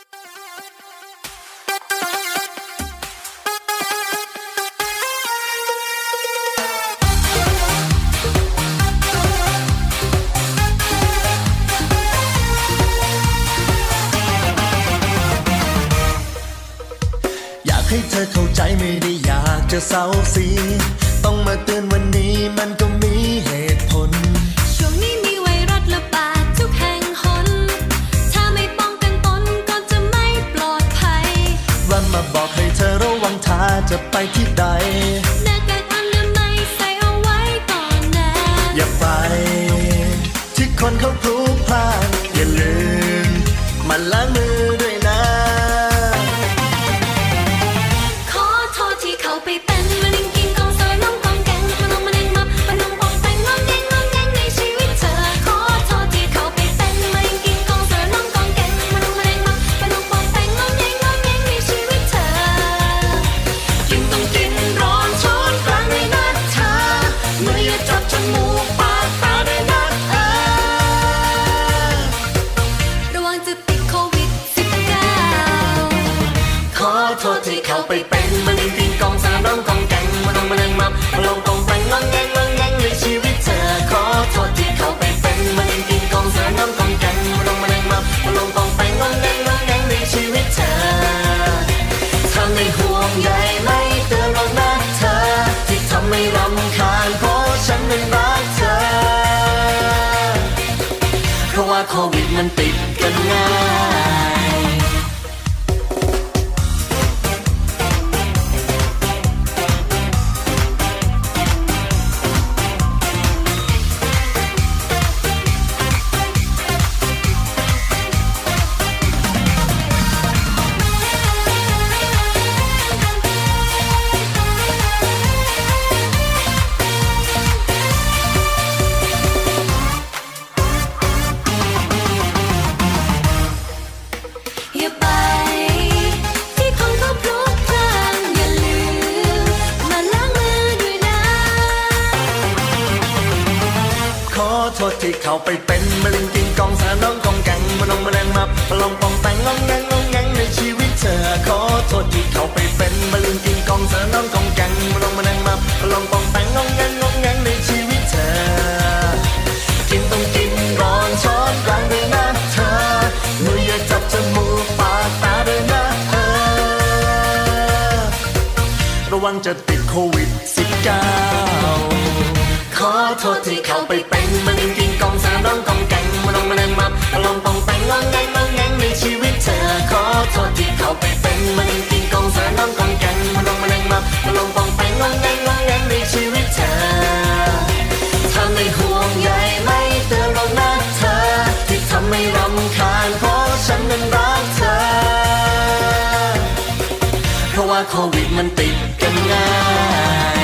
ให้เธอเข้าใจไม่ได้อยากจะเศร้าสีต้องมาเตือนวันนี้มันก็มีเหตุผลช่วงนี้มีไวรัสระบาดทุกแห่งหนถ้าไม่ป้องกันตนก็จะไม่ปลอดภัยวันมาบอกให้เธอระวังถ้าจะไปที่ใดหน้ากากอนามัยใส่เอาไว้ก่อนนะอย่าไปที่คนเขาพลุกพล่านอย่าลืมมันล้างมือด้วยนะว่าโควิดมันติดกันง่ายที่เข้าไปเป็นมะเร็งกินกองสารน้องกองแกงมันองมาแรงมาลองปองแต่งงองแงงงองแงงในชีวิตเธอขอโทษที่เข้าไปเป็นมะเร็งกินกองสารน้องกองแกงมันองมาแรงมาลองปองแต่งงองแงงงองแงงในชีวิตเธอกินต้องกินก่อนช้อนกลางด้วยนะเธอมืออย่าจับจมูกปากตาด้วยนะเออระวังจะติดโควิดสิบเก้าขอโทษที่เข้าไปเป็นมันกินกองสารน้องกองแกงมันลองมาแรงมาลองปองแต่งงองแงงงองแงงในชีวิตเธอขอโทษที่เข้าไปเป็นมันกินกองสารน้องกองแกงมันลองมาแรงมาลองปองแต่งงองแงงงองแงงในชีวิตเธอถ้าไม่ห่วงใยไม่เตือนหรอกนะเธอที่ทำให้รำคาญเพราะฉันนั้นรักเธอเพราะว่าโควิดมันติดกันง่าย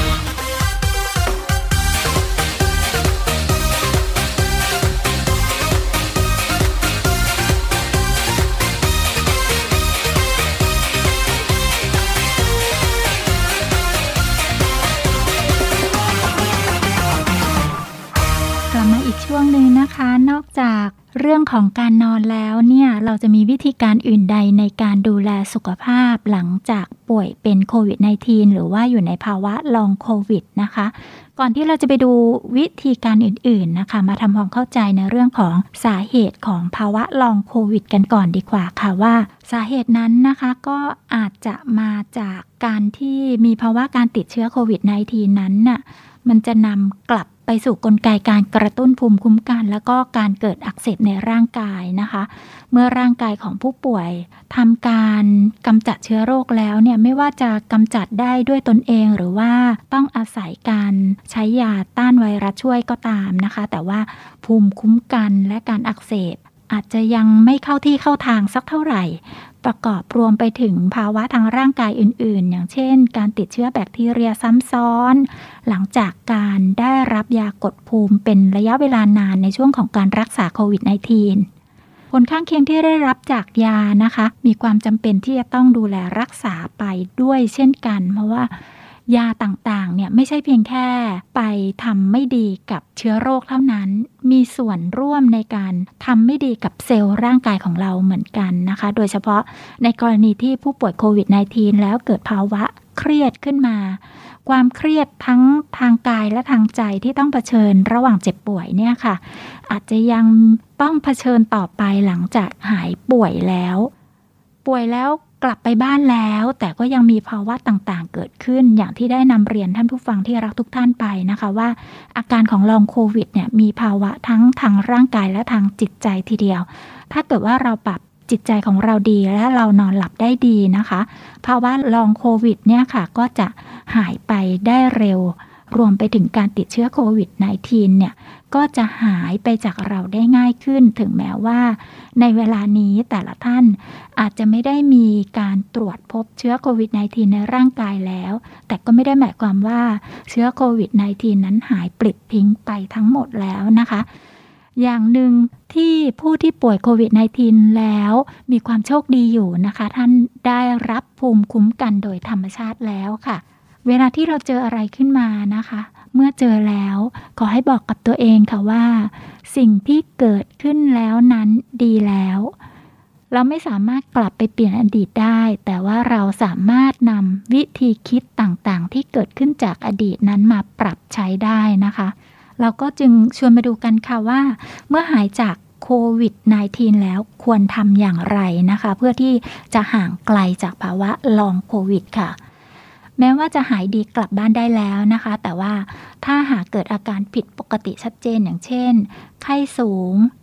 ช่วงหนึ่งนะคะนอกจากเรื่องของการนอนแล้วเนี่ยเราจะมีวิธีการอื่นใดในการดูแลสุขภาพหลังจากป่วยเป็นโควิด สิบเก้า หรือว่าอยู่ในภาวะลองโควิดนะคะก่อนที่เราจะไปดูวิธีการอื่นๆนะคะมาทำความเข้าใจในเรื่องของสาเหตุของภาวะลองโควิดกันก่อนดีกว่าค่ะว่าสาเหตุนั้นนะคะก็อาจจะมาจากการที่มีภาวะการติดเชื้อโควิด สิบเก้า นั้นน่ะมันจะนำกลับไปสู่กลไกการกระตุ้นภูมิคุ้มกันแล้วก็การเกิดอักเสบในร่างกายนะคะเมื่อร่างกายของผู้ป่วยทำการกำจัดเชื้อโรคแล้วเนี่ยไม่ว่าจะกำจัดได้ด้วยตนเองหรือว่าต้องอาศัยการใช้ยาต้านไวรัสช่วยก็ตามนะคะแต่ว่าภูมิคุ้มกันและการอักเสบอาจจะยังไม่เข้าที่เข้าทางสักเท่าไหร่ประกอบรวมไปถึงภาวะทางร่างกายอื่นๆอย่างเช่นการติดเชื้อแบคทีเรียซ้ำซ้อนหลังจากการได้รับยากดภูมิเป็นระยะเวลานานในช่วงของการรักษาโควิด สิบเก้า ผลข้างเคียงที่ได้รับจากยานะคะมีความจำเป็นที่จะต้องดูแลรักษาไปด้วยเช่นกันเพราะว่ายาต่างๆเนี่ยไม่ใช่เพียงแค่ไปทำไม่ดีกับเชื้อโรคเท่านั้นมีส่วนร่วมในการทำไม่ดีกับเซลล์ร่างกายของเราเหมือนกันนะคะโดยเฉพาะในกรณีที่ผู้ป่วยโควิด สิบเก้า แล้วเกิดภาวะเครียดขึ้นมาความเครียดทั้งทางกายและทางใจที่ต้องเผชิญระหว่างเจ็บป่วยเนี่ยค่ะอาจจะยังต้องเผชิญต่อไปหลังจากหายป่วยแล้วป่วยแล้วกลับไปบ้านแล้วแต่ก็ยังมีภาวะต่างๆเกิดขึ้นอย่างที่ได้นำเรียนท่านผู้ฟังที่รักทุกท่านไปนะคะว่าอาการของลองโควิดเนี่ยมีภาวะทั้งทางร่างกายและทางจิตใจทีเดียวถ้าเกิดว่าเราปรับจิตใจของเราดีและเรานอนหลับได้ดีนะคะภาวะลองโควิดเนี่ยค่ะก็จะหายไปได้เร็วรวมไปถึงการติดเชื้อโควิด สิบเก้า เนี่ยก็จะหายไปจากเราได้ง่ายขึ้นถึงแม้ว่าในเวลานี้แต่ละท่านอาจจะไม่ได้มีการตรวจพบเชื้อโควิด สิบเก้า ในร่างกายแล้วแต่ก็ไม่ได้หมายความว่าเชื้อโควิด สิบเก้า นั้นหายปลิดทิ้งไปทั้งหมดแล้วนะคะอย่างหนึ่งที่ผู้ที่ป่วยโควิด สิบเก้า แล้วมีความโชคดีอยู่นะคะท่านได้รับภูมิคุ้มกันโดยธรรมชาติแล้วค่ะเวลาที่เราเจออะไรขึ้นมานะคะเมื่อเจอแล้วขอให้บอกกับตัวเองค่ะว่าสิ่งที่เกิดขึ้นแล้วนั้นดีแล้วเราไม่สามารถกลับไปเปลี่ยนอดีตได้แต่ว่าเราสามารถนำวิธีคิดต่างๆที่เกิดขึ้นจากอดีตนั้นมาปรับใช้ได้นะคะเราก็จึงชวนมาดูกันค่ะว่าเมื่อหายจากโควิด สิบเก้า แล้วควรทำอย่างไรนะคะเพื่อที่จะห่างไกลจากภาวะลองโควิดค่ะแม้ว่าจะหายดีกลับบ้านได้แล้วนะคะแต่ว่าถ้าหากเกิดอาการผิดปกติชัดเจนอย่างเช่นไข้สูง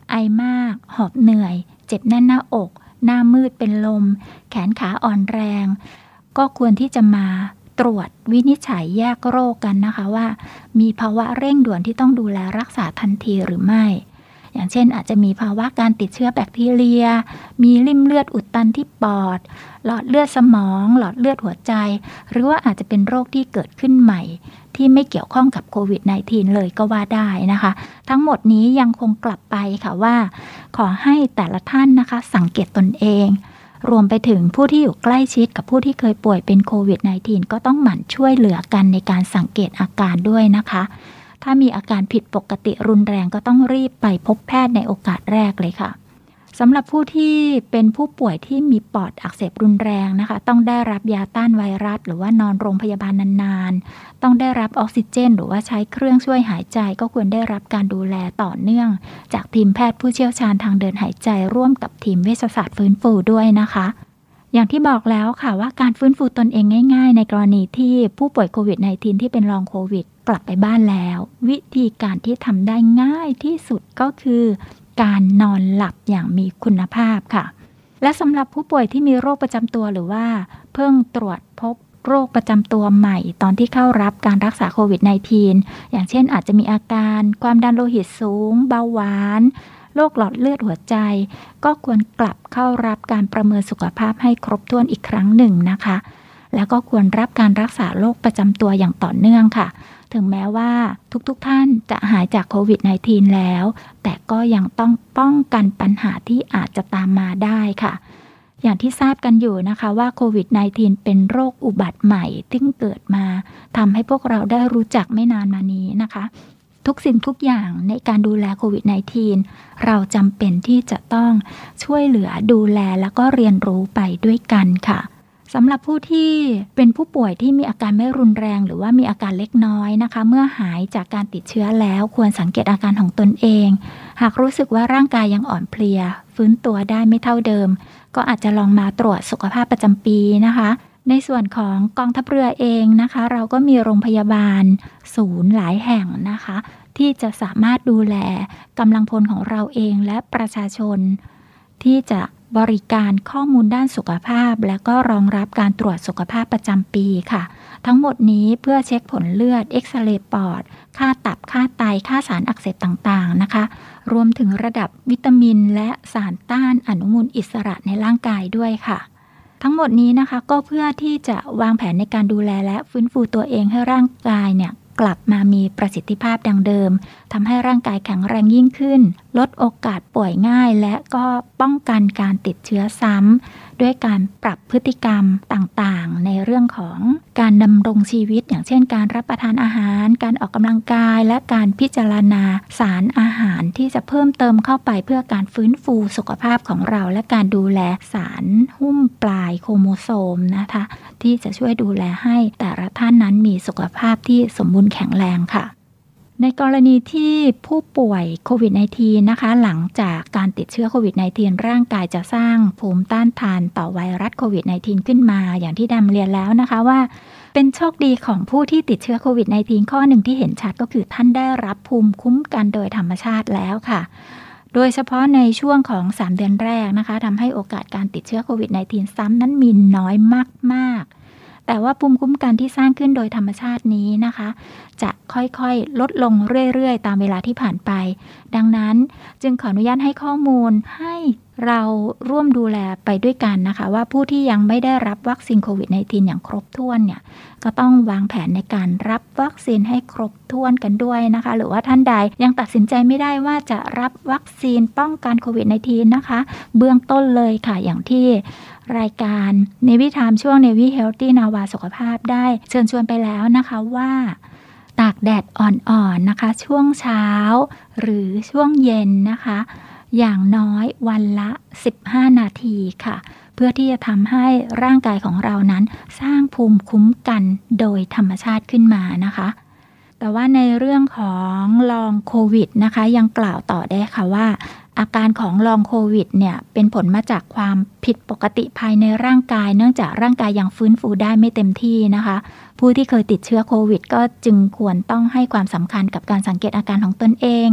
ไอมากหอบเหนื่อยเจ็บแน่นหน้าอกหน้ามืดเป็นลมแขนขาอ่อนแรงก็ควรที่จะมาตรวจวินิจฉัยแยกโรคกันนะคะว่ามีภาวะเร่งด่วนที่ต้องดูแลรักษาทันทีหรือไม่อย่างเช่นอาจจะมีภาวะการติดเชื้อแบคทีเรียมีริ่มเลือดอุดตันที่ปอดหลอดเลือดสมองหลอดเลือดหัวใจหรือว่าอาจจะเป็นโรคที่เกิดขึ้นใหม่ที่ไม่เกี่ยวข้องกับโควิด สิบเก้า เลยก็ว่าได้นะคะทั้งหมดนี้ยังคงกลับไปค่ะว่าขอให้แต่ละท่านนะคะสังเกตตนเองรวมไปถึงผู้ที่อยู่ใกล้ชิดกับผู้ที่เคยป่วยเป็นโควิด สิบเก้า ก็ต้องหมั่นช่วยเหลือกันในการสังเกตอาการด้วยนะคะถ้ามีอาการผิดปกติรุนแรงก็ต้องรีบไปพบแพทย์ในโอกาสแรกเลยค่ะสำหรับผู้ที่เป็นผู้ป่วยที่มีปอดอักเสบรุนแรงนะคะต้องได้รับยาต้านไวรัสหรือว่านอนโรงพยาบาลนานๆต้องได้รับออกซิเจนหรือว่าใช้เครื่องช่วยหายใจก็ควรได้รับการดูแลต่อเนื่องจากทีมแพทย์ผู้เชี่ยวชาญทางเดินหายใจร่วมกับทีมเวชศาสตร์ฟื้นฟูด้วยนะคะอย่างที่บอกแล้วค่ะว่าการฟื้นฟูตนเองง่ายๆในกรณีที่ผู้ป่วยโควิด สิบเก้า ที่เป็นลองโควิดกลับไปบ้านแล้ววิธีการที่ทำได้ง่ายที่สุดก็คือการนอนหลับอย่างมีคุณภาพค่ะและสำหรับผู้ป่วยที่มีโรคประจำตัวหรือว่าเพิ่งตรวจพบโรคประจำตัวใหม่ตอนที่เข้ารับการรักษาโควิด สิบเก้า อย่างเช่นอาจจะมีอาการความดันโลหิตสูงเบาหวานโรคหลอดเลือดหัวใจก็ควรกลับเข้ารับการประเมินสุขภาพให้ครบถ้วนอีกครั้งหนึ่งนะคะแล้วก็ควรรับการรักษาโรคประจำตัวอย่างต่อเนื่องค่ะถึงแม้ว่าทุกๆ ท่านจะหายจากโควิด สิบเก้า แล้วแต่ก็ยังต้องป้องกันปัญหาที่อาจจะตามมาได้ค่ะอย่างที่ทราบกันอยู่นะคะว่าโควิด สิบเก้า เป็นโรคอุบัติใหม่ที่เกิดมาทำให้พวกเราได้รู้จักไม่นานมานี้นะคะทุกสิ่งทุกอย่างในการดูแลโควิด สิบเก้า เราจำเป็นที่จะต้องช่วยเหลือดูแลแล้วก็เรียนรู้ไปด้วยกันค่ะสำหรับผู้ที่เป็นผู้ป่วยที่มีอาการไม่รุนแรงหรือว่ามีอาการเล็กน้อยนะคะเมื่อหายจากการติดเชื้อแล้วควรสังเกตอาการของตนเองหากรู้สึกว่าร่างกายยังอ่อนเพลียฟื้นตัวได้ไม่เท่าเดิมก็อาจจะลองมาตรวจสุขภาพประจำปีนะคะในส่วนของกองทัพเรือเองนะคะเราก็มีโรงพยาบาลศูนย์หลายแห่งนะคะที่จะสามารถดูแลกำลังพลของเราเองและประชาชนที่จะบริการข้อมูลด้านสุขภาพและก็รองรับการตรวจสุขภาพประจำปีค่ะทั้งหมดนี้เพื่อเช็คผลเลือดเอ็กซเรย์ปอดค่าตับค่าไตค่าสารอักเสบต่างๆนะคะรวมถึงระดับวิตามินและสารต้านอนุมูลอิสระในร่างกายด้วยค่ะทั้งหมดนี้นะคะก็เพื่อที่จะวางแผนในการดูแลและฟื้นฟูตัวเองให้ร่างกายเนี่ยกลับมามีประสิทธิภาพดังเดิมทำให้ร่างกายแข็งแรงยิ่งขึ้นลดโอกาสป่วยง่ายและก็ป้องกันการติดเชื้อซ้ำด้วยการปรับพฤติกรรมต่างๆในเรื่องของการดำรงชีวิตอย่างเช่นการรับประทานอาหารการออกกำลังกายและการพิจารณาสารอาหารที่จะเพิ่มเติมเข้าไปเพื่อการฟื้นฟูสุขภาพของเราและการดูแลสารหุ้มปลายโครโมโซมนะคะที่จะช่วยดูแลให้แต่ละท่านนั้นมีสุขภาพที่สมบูรณ์แข็งแรงค่ะในกรณีที่ผู้ป่วยโควิด สิบเก้า นะคะหลังจากการติดเชื้อโควิด สิบเก้า ร่างกายจะสร้างภูมิต้านทานต่อไวรัสโควิด สิบเก้า ขึ้นมาอย่างที่ดำเรียนแล้วนะคะว่าเป็นโชคดีของผู้ที่ติดเชื้อโควิด สิบเก้า ข้อหนึ่งที่เห็นชัดก็คือท่านได้รับภูมิคุ้มกันโดยธรรมชาติแล้วค่ะโดยเฉพาะในช่วงของสามเดือนแรกนะคะทำให้โอกาสการติดเชื้อโควิด สิบเก้า ซ้ำนั้นมีน้อยมากๆแต่ว่าภูมิคุ้มกันที่สร้างขึ้นโดยธรรมชาตินี้นะคะจะค่อยๆลดลงเรื่อยๆตามเวลาที่ผ่านไปดังนั้นจึงขออนุญาตให้ข้อมูลให้เราร่วมดูแลไปด้วยกันนะคะว่าผู้ที่ยังไม่ได้รับวัคซีนโควิด สิบเก้า อย่างครบถ้วนเนี่ยก็ต้องวางแผนในการรับวัคซีนให้ครบถ้วนกันด้วยนะคะหรือว่าท่านใดยังตัดสินใจไม่ได้ว่าจะรับวัคซีนป้องกันโควิด สิบเก้า นะคะเบื้องต้นเลยค่ะอย่างที่รายการ Navy Time ช่วง Navy Healthy นาวาสุขภาพได้เชิญชวนไปแล้วนะคะว่าตากแดดอ่อนๆนะคะช่วงเช้าหรือช่วงเย็นนะคะอย่างน้อยวันละสิบห้านาทีค่ะเพื่อที่จะทำให้ร่างกายของเรานั้นสร้างภูมิคุ้มกันโดยธรรมชาติขึ้นมานะคะแต่ว่าในเรื่องของลองโควิดนะคะยังกล่าวต่อได้ค่ะว่าอาการของลองโควิดเนี่ยเป็นผลมาจากความผิดปกติภายในร่างกายเนื่องจากร่างกายยังฟื้นฟูได้ไม่เต็มที่นะคะผู้ที่เคยติดเชื้อโควิดก็จึงควรต้องให้ความสำคัญกับการสังเกตอาการของตนเอง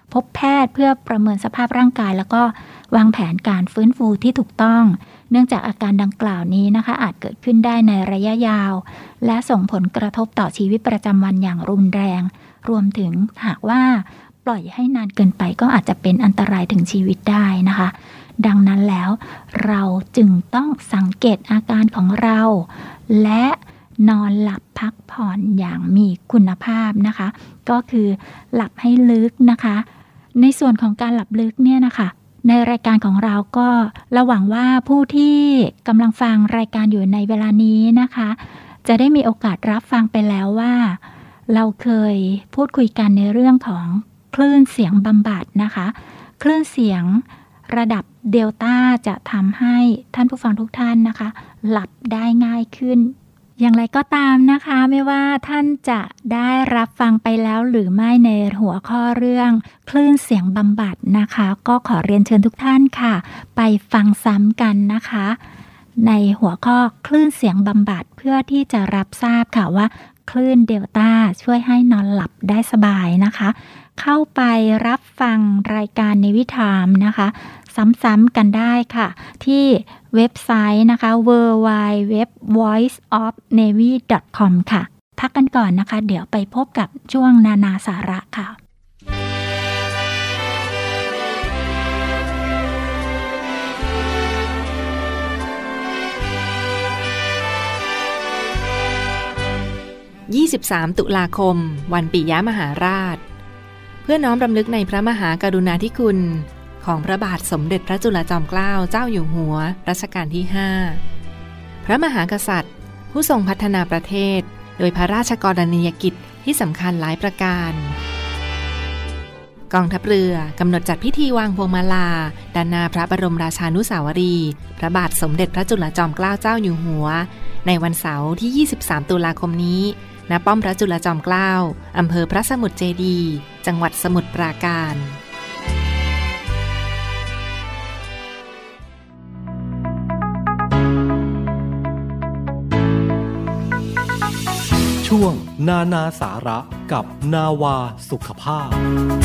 พบแพทย์เพื่อประเมินสภาพร่างกายแล้วก็วางแผนการฟื้นฟูที่ถูกต้องเนื่องจากอาการดังกล่าวนี้นะคะอาจเกิดขึ้นได้ในระยะยาวและส่งผลกระทบต่อชีวิตประจำวันอย่างรุนแรงรวมถึงหากว่าปล่อยให้นานเกินไปก็อาจจะเป็นอันตรายถึงชีวิตได้นะคะดังนั้นแล้วเราจึงต้องสังเกตอาการของเราและนอนหลับพักผ่อนอย่างมีคุณภาพนะคะก็คือหลับให้ลึกนะคะในส่วนของการหลับลึกเนี่ยนะคะในรายการของเราก็เราหวังว่าผู้ที่กำลังฟังรายการอยู่ในเวลานี้นะคะจะได้มีโอกาสรับฟังไปแล้วว่าเราเคยพูดคุยกันในเรื่องของคลื่นเสียงบำบัดนะคะคลื่นเสียงระดับเดลต้าจะทำให้ท่านผู้ฟังทุกท่านนะคะหลับได้ง่ายขึ้นอย่างไรก็ตามนะคะไม่ว่าท่านจะได้รับฟังไปแล้วหรือไม่ในหัวข้อเรื่องคลื่นเสียงบำบัดนะคะก็ขอเรียนเชิญทุกท่านค่ะไปฟังซ้ำกันนะคะในหัวข้อคลื่นเสียงบำบัดเพื่อที่จะรับทราบค่ะว่าคลื่นเดลต้าช่วยให้นอนหลับได้สบายนะคะเข้าไปรับฟังรายการในวิถามนะคะซ้ำๆกันได้ค่ะที่เว็บไซต์นะคะ ดับเบิลยู ดับเบิลยู ดับเบิลยู ดอท voice of navy ดอท คอม ค่ะพักกันก่อนนะคะเดี๋ยวไปพบกับช่วงนานาสาระค่ะยี่สิบสามตุลาคมวันปิยมหาราชเพื่อน้อมรำลึกในพระมหากรุณาธิคุณของพระบาทสมเด็จพระจุลจอมเกล้าเจ้าอยู่หัวรัชกาลที่ห้าพระมหากษัตริย์ผู้ทรงพัฒนาประเทศโดยพระราชกรณียกิจที่สำคัญหลายประการกองทัพเรือกำหนดจัดพิธีวางพวงมาลาด้านหน้าพระบรมราชานุสาวรีย์พระบาทสมเด็จพระจุลจอมเกล้าเจ้าอยู่หัวในวันเสาร์ที่ยี่สิบสามตุลาคมนี้ณป้อมพระจุลจอมเกล้าอำเภอพระสมุทรเจดีย์จังหวัดสมุทรปราการช่วงนานาสาระกับนาวาสุขภาพ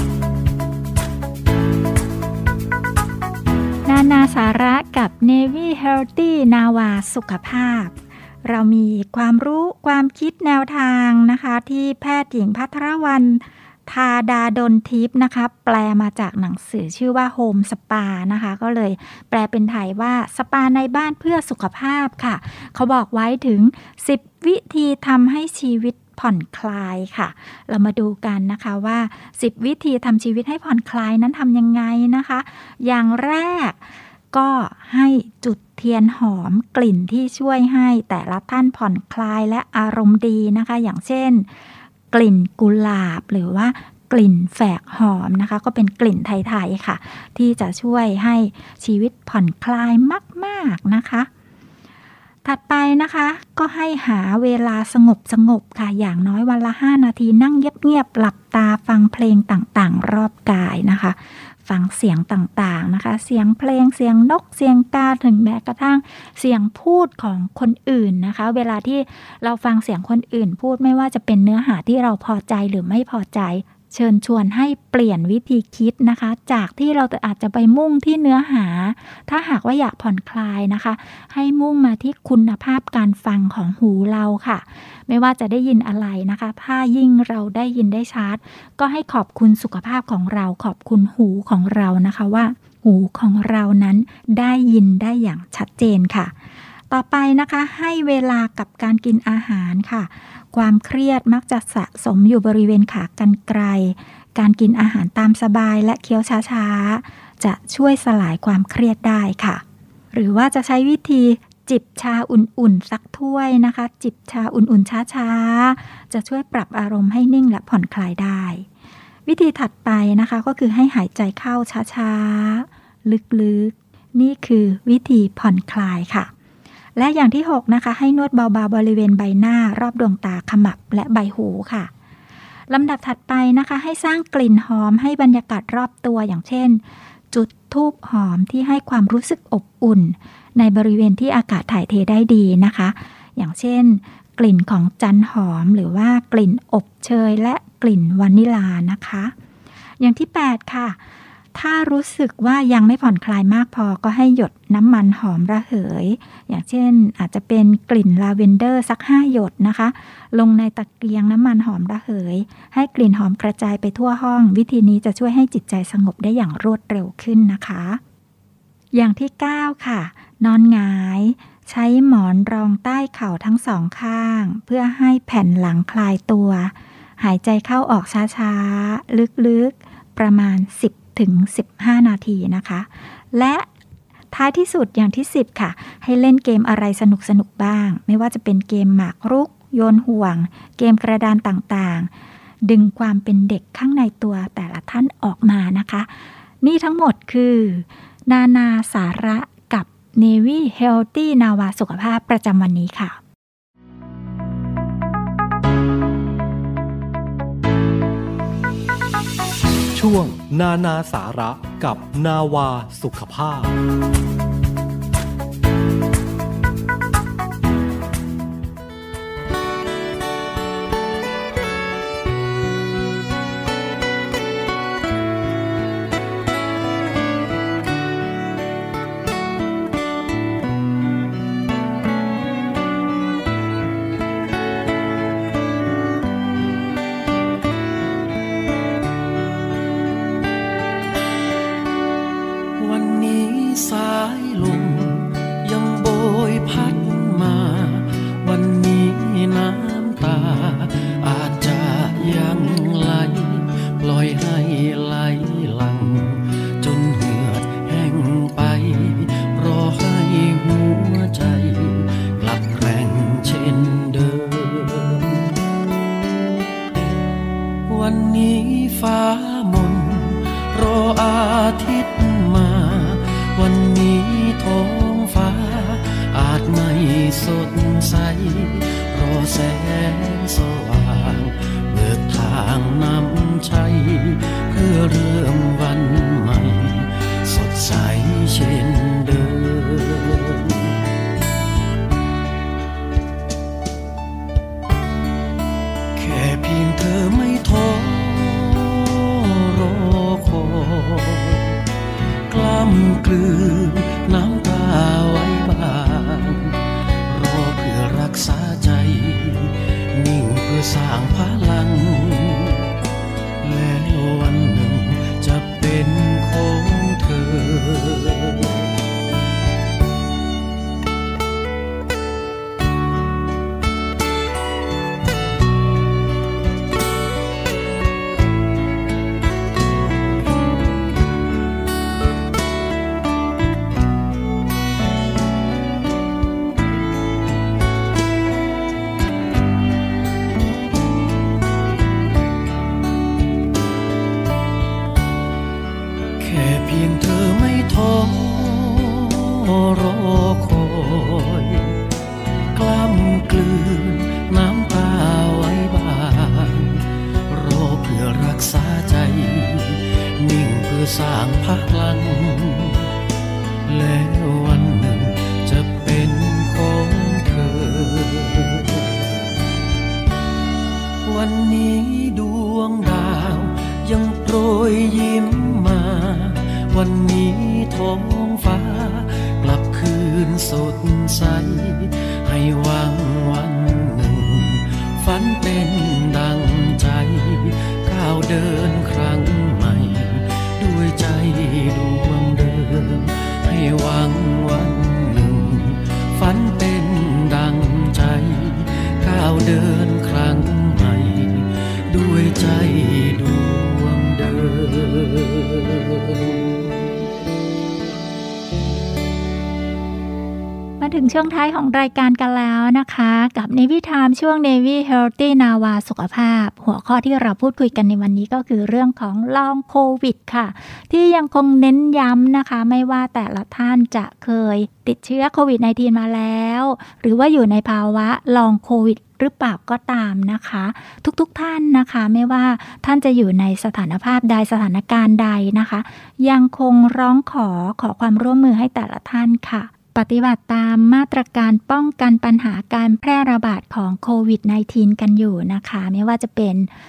นานาสาระกับ Navy Healthy นาวาสุขภาพเรามีความรู้ความคิดแนวทางนะคะที่แพทย์หญิงภัทรวรรณธาดาดลทิพย์นะคะแปลมาจากหนังสือชื่อว่า Home Spa นะคะก็เลยแปลเป็นไทยว่าสปาในบ้านเพื่อสุขภาพค่ะเขาบอกไว้ถึงสิบวิธีทำให้ชีวิตผ่อนคลายค่ะเรามาดูกันนะคะว่าสิบวิธีทำชีวิตให้ผ่อนคลายนั้นทำยังไงนะคะอย่างแรกก็ให้จุดเทียนหอมกลิ่นที่ช่วยให้แต่ละท่านผ่อนคลายและอารมณ์ดีนะคะอย่างเช่นกลิ่นกุหลาบหรือว่ากลิ่นแฝกหอมนะคะก็เป็นกลิ่นไทยๆค่ะที่จะช่วยให้ชีวิตผ่อนคลายมากๆนะคะถัดไปนะคะก็ให้หาเวลาสงบสงบค่ะอย่างน้อยวันละห้านาทีนั่งเงียบๆหลับตาฟังเพลงต่างๆรอบกายนะคะฟังเสียงต่างๆนะคะเสียงเพลงเสียงนกเสียงกาถึงแม้กระทั่งเสียงพูดของคนอื่นนะคะเวลาที่เราฟังเสียงคนอื่นพูดไม่ว่าจะเป็นเนื้อหาที่เราพอใจหรือไม่พอใจเชิญชวนให้เปลี่ยนวิธีคิดนะคะจากที่เราอาจจะไปมุ่งที่เนื้อหาถ้าหากว่าอยากผ่อนคลายนะคะให้มุ่งมาที่คุณภาพการฟังของหูเราค่ะไม่ว่าจะได้ยินอะไรนะคะถ้ายิ่งเราได้ยินได้ชัดก็ให้ขอบคุณสุขภาพของเราขอบคุณหูของเรานะคะว่าหูของเรานั้นได้ยินได้อย่างชัดเจนค่ะต่อไปนะคะให้เวลากับการกินอาหารค่ะความเครียดมักจะสะสมอยู่บริเวณขากรรไกรการกินอาหารตามสบายและเคี้ยวช้าๆจะช่วยสลายความเครียดได้ค่ะหรือว่าจะใช้วิธีจิบชาอุ่นๆสักถ้วยนะคะจิบชาอุ่นๆช้าๆจะช่วยปรับอารมณ์ให้นิ่งและผ่อนคลายได้วิธีถัดไปนะคะก็คือให้หายใจเข้าช้าๆลึกๆนี่คือวิธีผ่อนคลายค่ะและอย่างที่หกนะคะให้นวดเบาๆบริเวณใบหน้ารอบดวงตาขมับและใบหูค่ะลำดับถัดไปนะคะให้สร้างกลิ่นหอมให้บรรยากาศรอบตัวอย่างเช่นจุดธูปหอมที่ให้ความรู้สึกอบอุ่นในบริเวณที่อากาศถ่ายเทได้ดีนะคะอย่างเช่นกลิ่นของจันหอมหรือว่ากลิ่นอบเชยและกลิ่นวานิลานะคะอย่างที่แปดค่ะถ้ารู้สึกว่ายังไม่ผ่อนคลายมากพอก็ให้หยดน้ำมันหอมระเหยอย่างเช่นอาจจะเป็นกลิ่นลาเวนเดอร์สักห้าหยดนะคะลงในตะเกียงน้ำมันหอมระเหยให้กลิ่นหอมกระจายไปทั่วห้องวิธีนี้จะช่วยให้จิตใจสงบได้อย่างรวดเร็วขึ้นนะคะอย่างที่เก้าค่ะนอนหงายใช้หมอนรองใต้เข่าทั้งสองข้างเพื่อให้แผ่นหลังคลายตัวหายใจเข้าออกช้าๆลึกๆประมาณสิบถึงสิบห้านาทีนะคะและท้ายที่สุดอย่างที่สิบค่ะให้เล่นเกมอะไรสนุกๆบ้างไม่ว่าจะเป็นเกมหมากรุกโยนห่วงเกมกระดานต่างๆดึงความเป็นเด็กข้างในตัวแต่ละท่านออกมานะคะนี่ทั้งหมดคือนานาสาระกับ Navy Healthy นาวาสุขภาพประจำวันนี้ค่ะช่วงนานาสาระกับนาวาสุขภาพถึงช่วงท้ายของรายการกันแล้วนะคะกับ Navy Time ช่วง Navy Healthy นาวาสุขภาพหัวข้อที่เราพูดคุยกันในวันนี้ก็คือเรื่องของลองโควิดค่ะที่ยังคงเน้นย้ำนะคะไม่ว่าแต่ละท่านจะเคยติดเชื้อโควิด สิบเก้า มาแล้วหรือว่าอยู่ในภาวะลองโควิดหรือเปล่าก็ตามนะคะทุกๆท่านนะคะไม่ว่าท่านจะอยู่ในสถานภาพใดสถานการณ์ใดนะคะยังคงร้องขอขอความร่วมมือให้แต่ละท่านค่ะปฏิบัติตามมาตรการป้องกันปัญหาการแพร่ระบาดของโควิด สิบเก้า กันอยู่นะคะไม่ว่าจะเป็น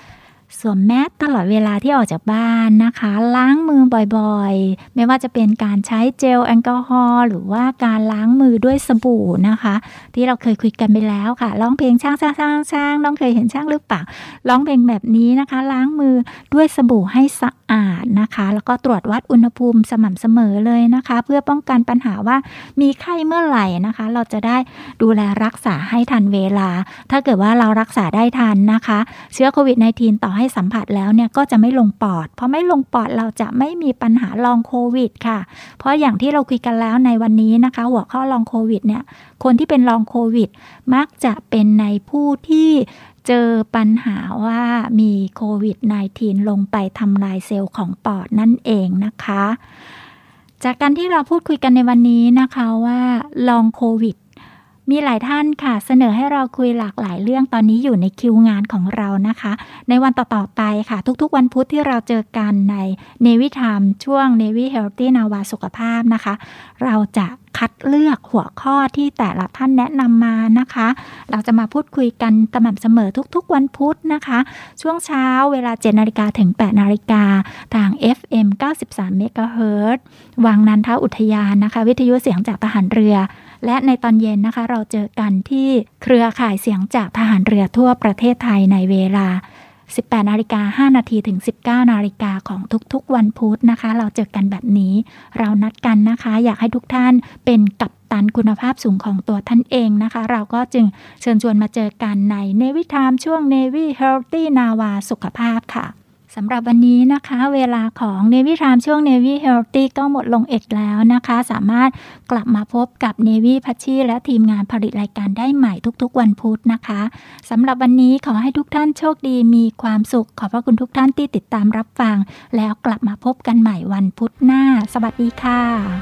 สวมแมสตลอดเวลาที่ออกจากบ้านนะคะล้างมือบ่อยๆไม่ว่าจะเป็นการใช้เจลแอลกอฮอล์หรือว่าการล้างมือด้วยสบู่นะคะที่เราเคยคุยกันไปแล้วค่ะร้องเพลงช่างช่างช่างช่างน้องเคยเห็นช่างหรือเปล่าร้องเพลงแบบนี้นะคะล้างมือด้วยสบู่ให้สะอาดนะคะแล้วก็ตรวจวัดอุณหภูมิสม่ำเสมอเลยนะคะเพื่อป้องกันปัญหาว่ามีไข้เมื่อไหร่นะคะเราจะได้ดูแลรักษาให้ทันเวลาถ้าเกิดว่าเรารักษาได้ทันนะคะเชื้อโควิด สิบเก้า ต่อให้สัมผัสแล้วเนี่ยก็จะไม่ลงปอดเพราะไม่ลงปอดเราจะไม่มีปัญหาลองโควิดค่ะเพราะอย่างที่เราคุยกันแล้วในวันนี้นะคะหัวข้อลองโควิดเนี่ยคนที่เป็นลองโควิดมักจะเป็นในผู้ที่เจอปัญหาว่ามีโควิด สิบเก้า ลงไปทำลายเซลล์ของปอดนั่นเองนะคะจากการที่เราพูดคุยกันในวันนี้นะคะว่าลองโควิดมีหลายท่านค่ะเสนอให้เราคุยหลากหลายเรื่องตอนนี้อยู่ในคิวงานของเรานะคะในวันต่อๆไปค่ะทุกๆวันพุธที่เราเจอกันใน Navy Time ช่วง Navy Healthy นาวาสุขภาพนะคะเราจะคัดเลือกหัวข้อที่แต่ละท่านแนะนำมานะคะเราจะมาพูดคุยกันสม่ำเสมอทุกๆวันพุธนะคะช่วงเช้าเวลา เจ็ดนาฬิกา ถึง แปดนาฬิกาทาง เอฟ เอ็ม เก้าสิบสาม เมกะเฮิรตซ์วังนันทอุทยานนะคะวิทยุเสียงจากทหารเรือและในตอนเย็นนะคะเราเจอกันที่เครือข่ายเสียงจากทหารเรือทั่วประเทศไทยในเวลา สิบแปดนาฬิกาห้านาที ถึง สิบเก้านาฬิกาของทุกๆวันพุธนะคะเราเจอกันแบบนี้เรานัดกันนะคะอยากให้ทุกท่านเป็นกัปตันคุณภาพสูงของตัวท่านเองนะคะเราก็จึงเชิญชวนมาเจอกันใน Navy Time ช่วง Navy Healthy นาวาสุขภาพค่ะสำหรับวันนี้นะคะเวลาของ Navy Time ช่วง Navy Healthy ก็หมดลงเอ็ดแล้วนะคะสามารถกลับมาพบกับ Navy พัชชีและทีมงานผลิตรายการได้ใหม่ทุกๆวันพุธนะคะสำหรับวันนี้ขอให้ทุกท่านโชคดีมีความสุขขอบพระคุณทุกท่านที่ติดตามรับฟังแล้วกลับมาพบกันใหม่วันพุธหน้าสวัสดีค่ะ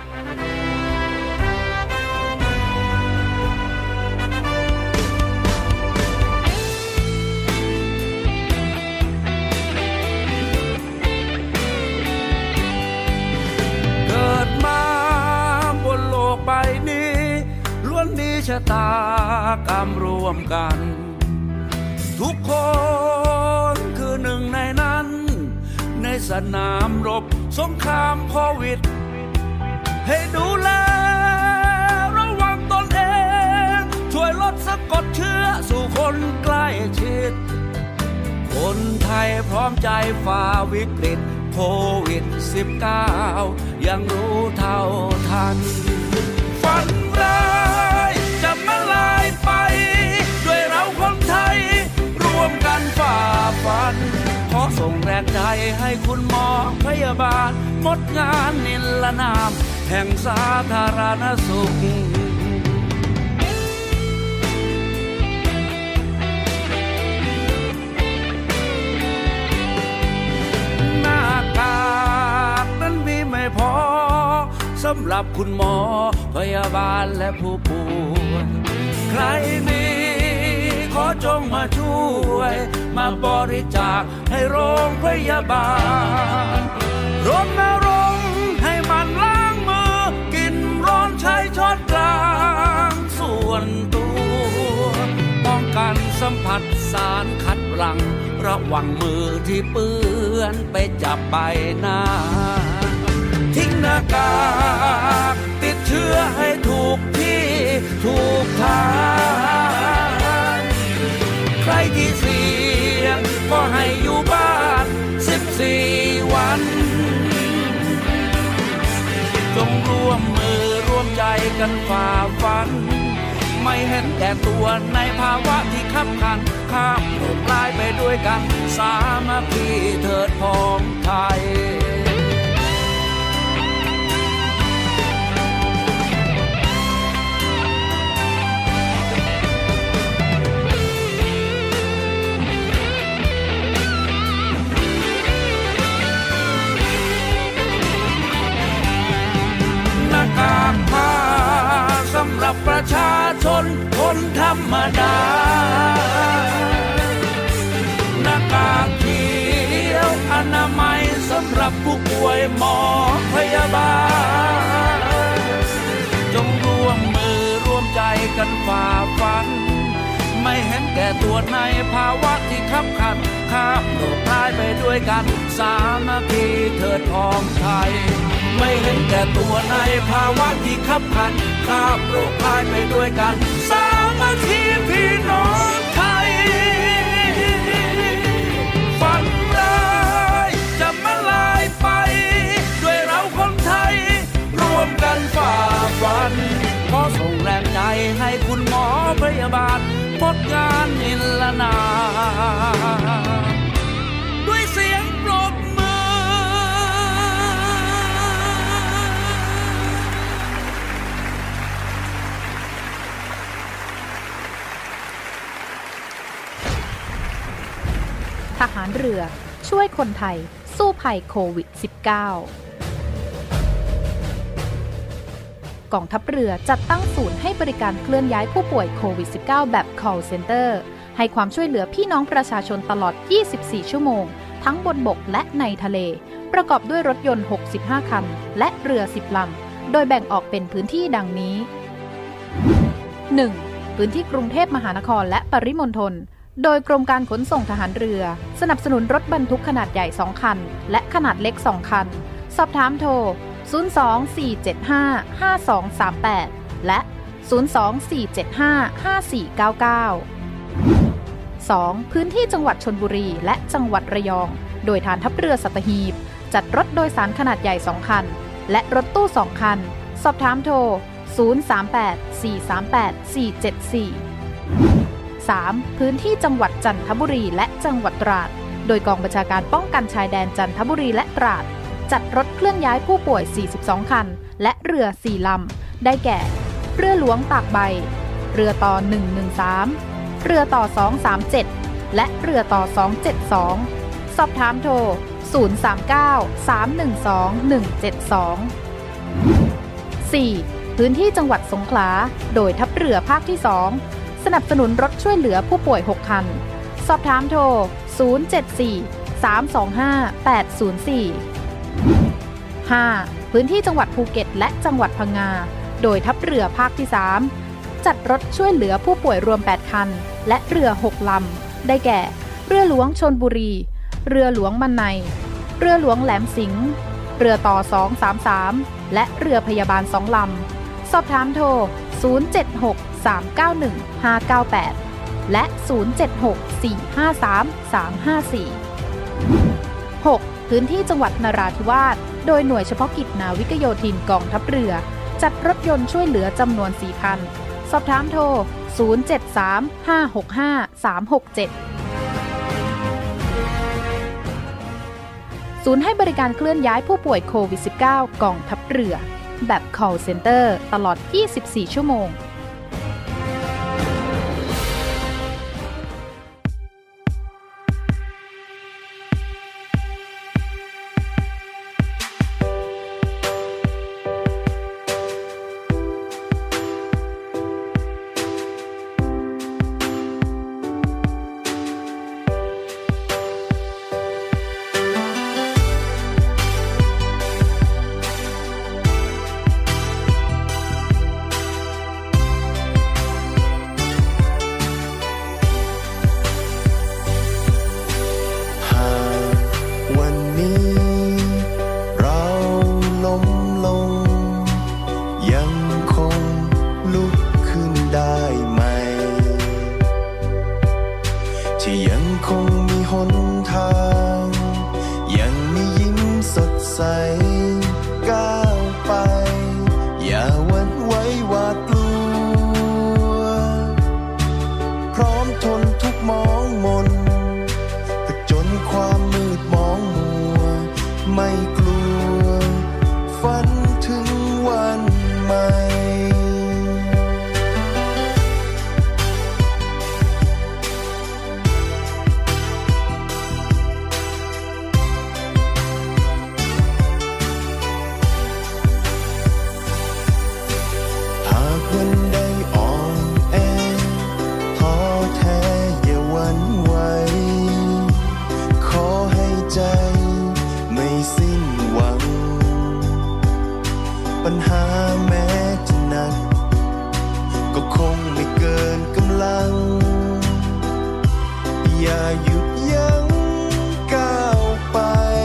ชะตากรรมร่วมกันทุกคนคือหนึ่งในนั้นในสนามรบสงครามโควิดให้ดูแลระวังตนเองช่วยลดสะกดเชื้อสู่คนใกล้ชิดคนไทยพร้อมใจฝ่าวิกฤตโควิด สิบเก้า ยังรู้เท่าทันฝันร้ายจะมาลายไปด้วยเราคนไทยร่วมกันฝ่าฟันขอส่งแรงใจให้คุณหมอพยาบาลงดงานนิรนามแห่งสาธารณสุขหน้ากากนั้นมีไม่พอสำหรับคุณหมอพยาบาลและผู้ป่วยใครมีขอจงมาช่วยมาบริจาคให้โรงพยาบาลรณรงค์ให้มันล้างมือกินร้อนใช้ช้อนกลางส่วนตัวป้องกันสัมผัสสารคัดหลั่งระวังมือที่เปื้อนไปจับใบหน้าทิ้งหน้ากากติดเชื้อให้ถูกที่ถูกทางใครที่เสี่ยงก็ให้อยู่บ้านสิบสี่วันจงร่วมมือร่วมใจกันฝ่าฟันไม่เห็นแก่ตัวในภาวะที่คับขันข้ามโลกลายไปด้วยกันสามัคคีเถิดพ้องไทยหน้ากากผ้าสำหรับประชาชนคนธรรมดาหน้ากากเขียวอนามัยสำหรับผู้ป่วยหมอพยาบาลจงร่วมมือร่วมใจกันฝ่าฟันไม่ไม่เห็นแก่ตัวในภาวะที่ขับขันข้ามโลกร้ายไปด้วยกันสามัคคีเถิดพ้องไทยไม่เห็นแก่ตัวในภาวะที่ขับขันข้ามโลกร้ายไปด้วยกันสามัคคีพี่น้องไทยฝันร้ายจะมาลายไปด้วยเราคนไทยรวมกันฝ่าฟันขอส่งแรงใจให้คุณหมอพยาบาลพดงานนิรนามด้วยเสียงปรบมือทหารเรือช่วยคนไทยสู้ภัยโควิด สิบเก้า กองทัพเรือจัดตั้งศูนย์ให้บริการเคลื่อนย้ายผู้ป่วยโควิด สิบเก้า แบบ call center ให้ความช่วยเหลือพี่น้องประชาชนตลอด ยี่สิบสี่ ชั่วโมงทั้งบนบกและในทะเลประกอบด้วยรถยนต์ หกสิบห้า คันและเรือ สิบ ลำโดยแบ่งออกเป็นพื้นที่ดังนี้ หนึ่ง พื้นที่กรุงเทพมหานครและปริมณฑลโดยกรมการขนส่งทหารเรือสนับสนุนรถบรรทุกขนาดใหญ่สองคันและขนาดเล็กสองคันสอบถามโทรศูนย์ สอง สี่ เจ็ด ห้า ห้า สอง สาม แปดและศูนย์ สอง สี่ เจ็ด ห้า ห้า สี่ เก้า เก้า สอง พื้นที่จังหวัดชลบุรีและจังหวัดระยองโดยฐานทัพเรือสัตหีบจัดรถโดยสารขนาดใหญ่สองคันและรถตู้สองคันสอบถามโทรศูนย์ สาม แปด สี่ สาม แปด สี่ เจ็ด สี่ สาม พื้นที่จังหวัดจันทบุรีและจังหวัดตราดโดยกองบัญชาการป้องกันชายแดนจันทบุรีและตราดจัดรถเคลื่อนย้ายผู้ป่วย สี่สิบสอง คันและเรือ สี่ ลำได้แก่เรือหลวงตากใบเรือต่อ หนึ่ง หนึ่ง สาม เรือต่อ สอง สาม เจ็ด และเรือต่อ สอง เจ็ด สอง สอบถามโทร ศูนย์ สาม เก้า สาม หนึ่ง สอง หนึ่ง เจ็ด สอง สี่ พื้นที่จังหวัดสงขลาโดยทัพเรือภาคที่ สองสนับสนุนรถช่วยเหลือผู้ป่วยหกคันสอบถามโทรศูนย์ เจ็ด สี่ สาม สอง ห้า แปด ศูนย์ สี่ ห้า พื้นที่จังหวัดภูเก็ตและจังหวัดพังงาโดยทัพเรือภาคที่ สามจัดรถช่วยเหลือผู้ป่วยรวมแปดคันและเรือหกลำได้แก่เรือหลวงชลบุรีเรือหลวงมันในเรือหลวงแหลมสิงห์เรือต่อ สอง สาม สาม และเรือพยาบาลสองลำสอบถามโทรศูนย์ เจ็ด หก สาม เก้า หนึ่ง ห้า เก้า แปดและศูนย์ เจ็ด หก สี่ ห้า สาม สาม ห้า สี่ หก พื้นที่จังหวัดนราธิวาสโดยหน่วยเฉพาะกิจนาวิกโยธินกองทัพเรือจัดรถยนต์ช่วยเหลือจำนวนสี่คันสอบถามโทรศูนย์ เจ็ด สาม ห้า หก ห้า สาม หก เจ็ดศูนย์ให้บริการเคลื่อนย้ายผู้ป่วยโควิด สิบเก้า กองทัพเรือแบบ call center ตลอด ยี่สิบสี่ ชั่วโมงปัญหาแม้จะหนักก็คงไม่เกินกำลังอย่าหยุดยั้งก้าวไป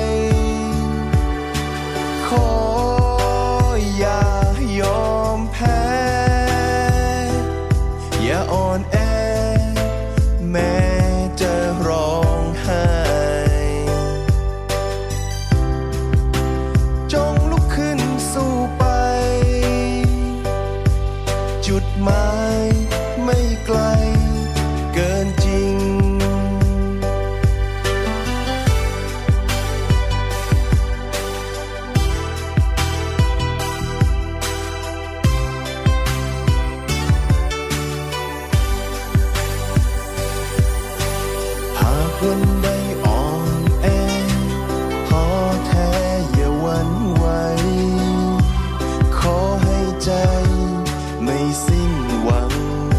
ขออย่ายอมแพ้อย่าอ่อนแอแม้จะร้องไห้จงลุกขึ้นสู้ไปจุดหมายไม่ไกลเกินจริงหากวันใดอ่อนแอท้อแท้อย่าหวั่นไหวขอให้ใจไม่สิ้นหวัง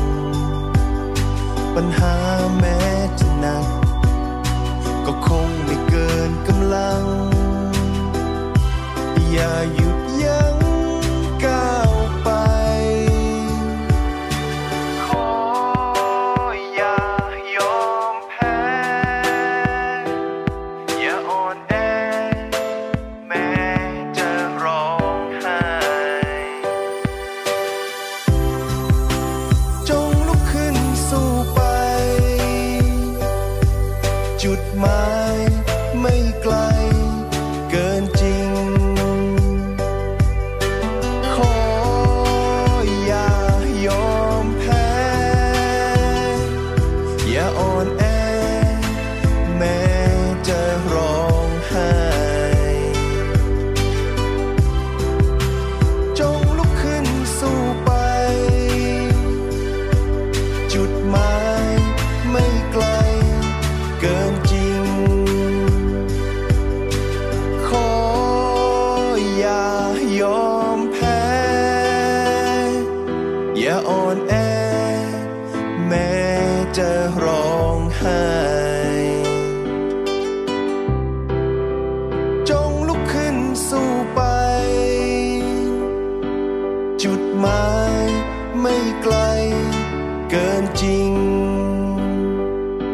ปัญหาแม้จะหนักก็คงไม่เกินกำลังอย่าหยุดยั้งก้าวไปขออย่ายอมแพ้อย่าอ่อนแอแม้จะร้องไห้จงลุกขึ้นสู้ไปจุดหมายไม่ไกลเกินจริงขออย่ายอมแพ้อย่าอ่อนแอแม้จะร้องไห้จงลุกขึ้นสู้ไปจุดหมายไม่ไกลเกินจริงขออย่ายอมแพ้อย่าอ่อนแอแม้จะร้องไห้จงลุกขึ้นสู้ไปจุดหมายไม่ไกลเกินจริง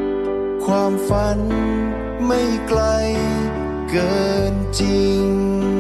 ความฝันไม่ไกลเกินจริง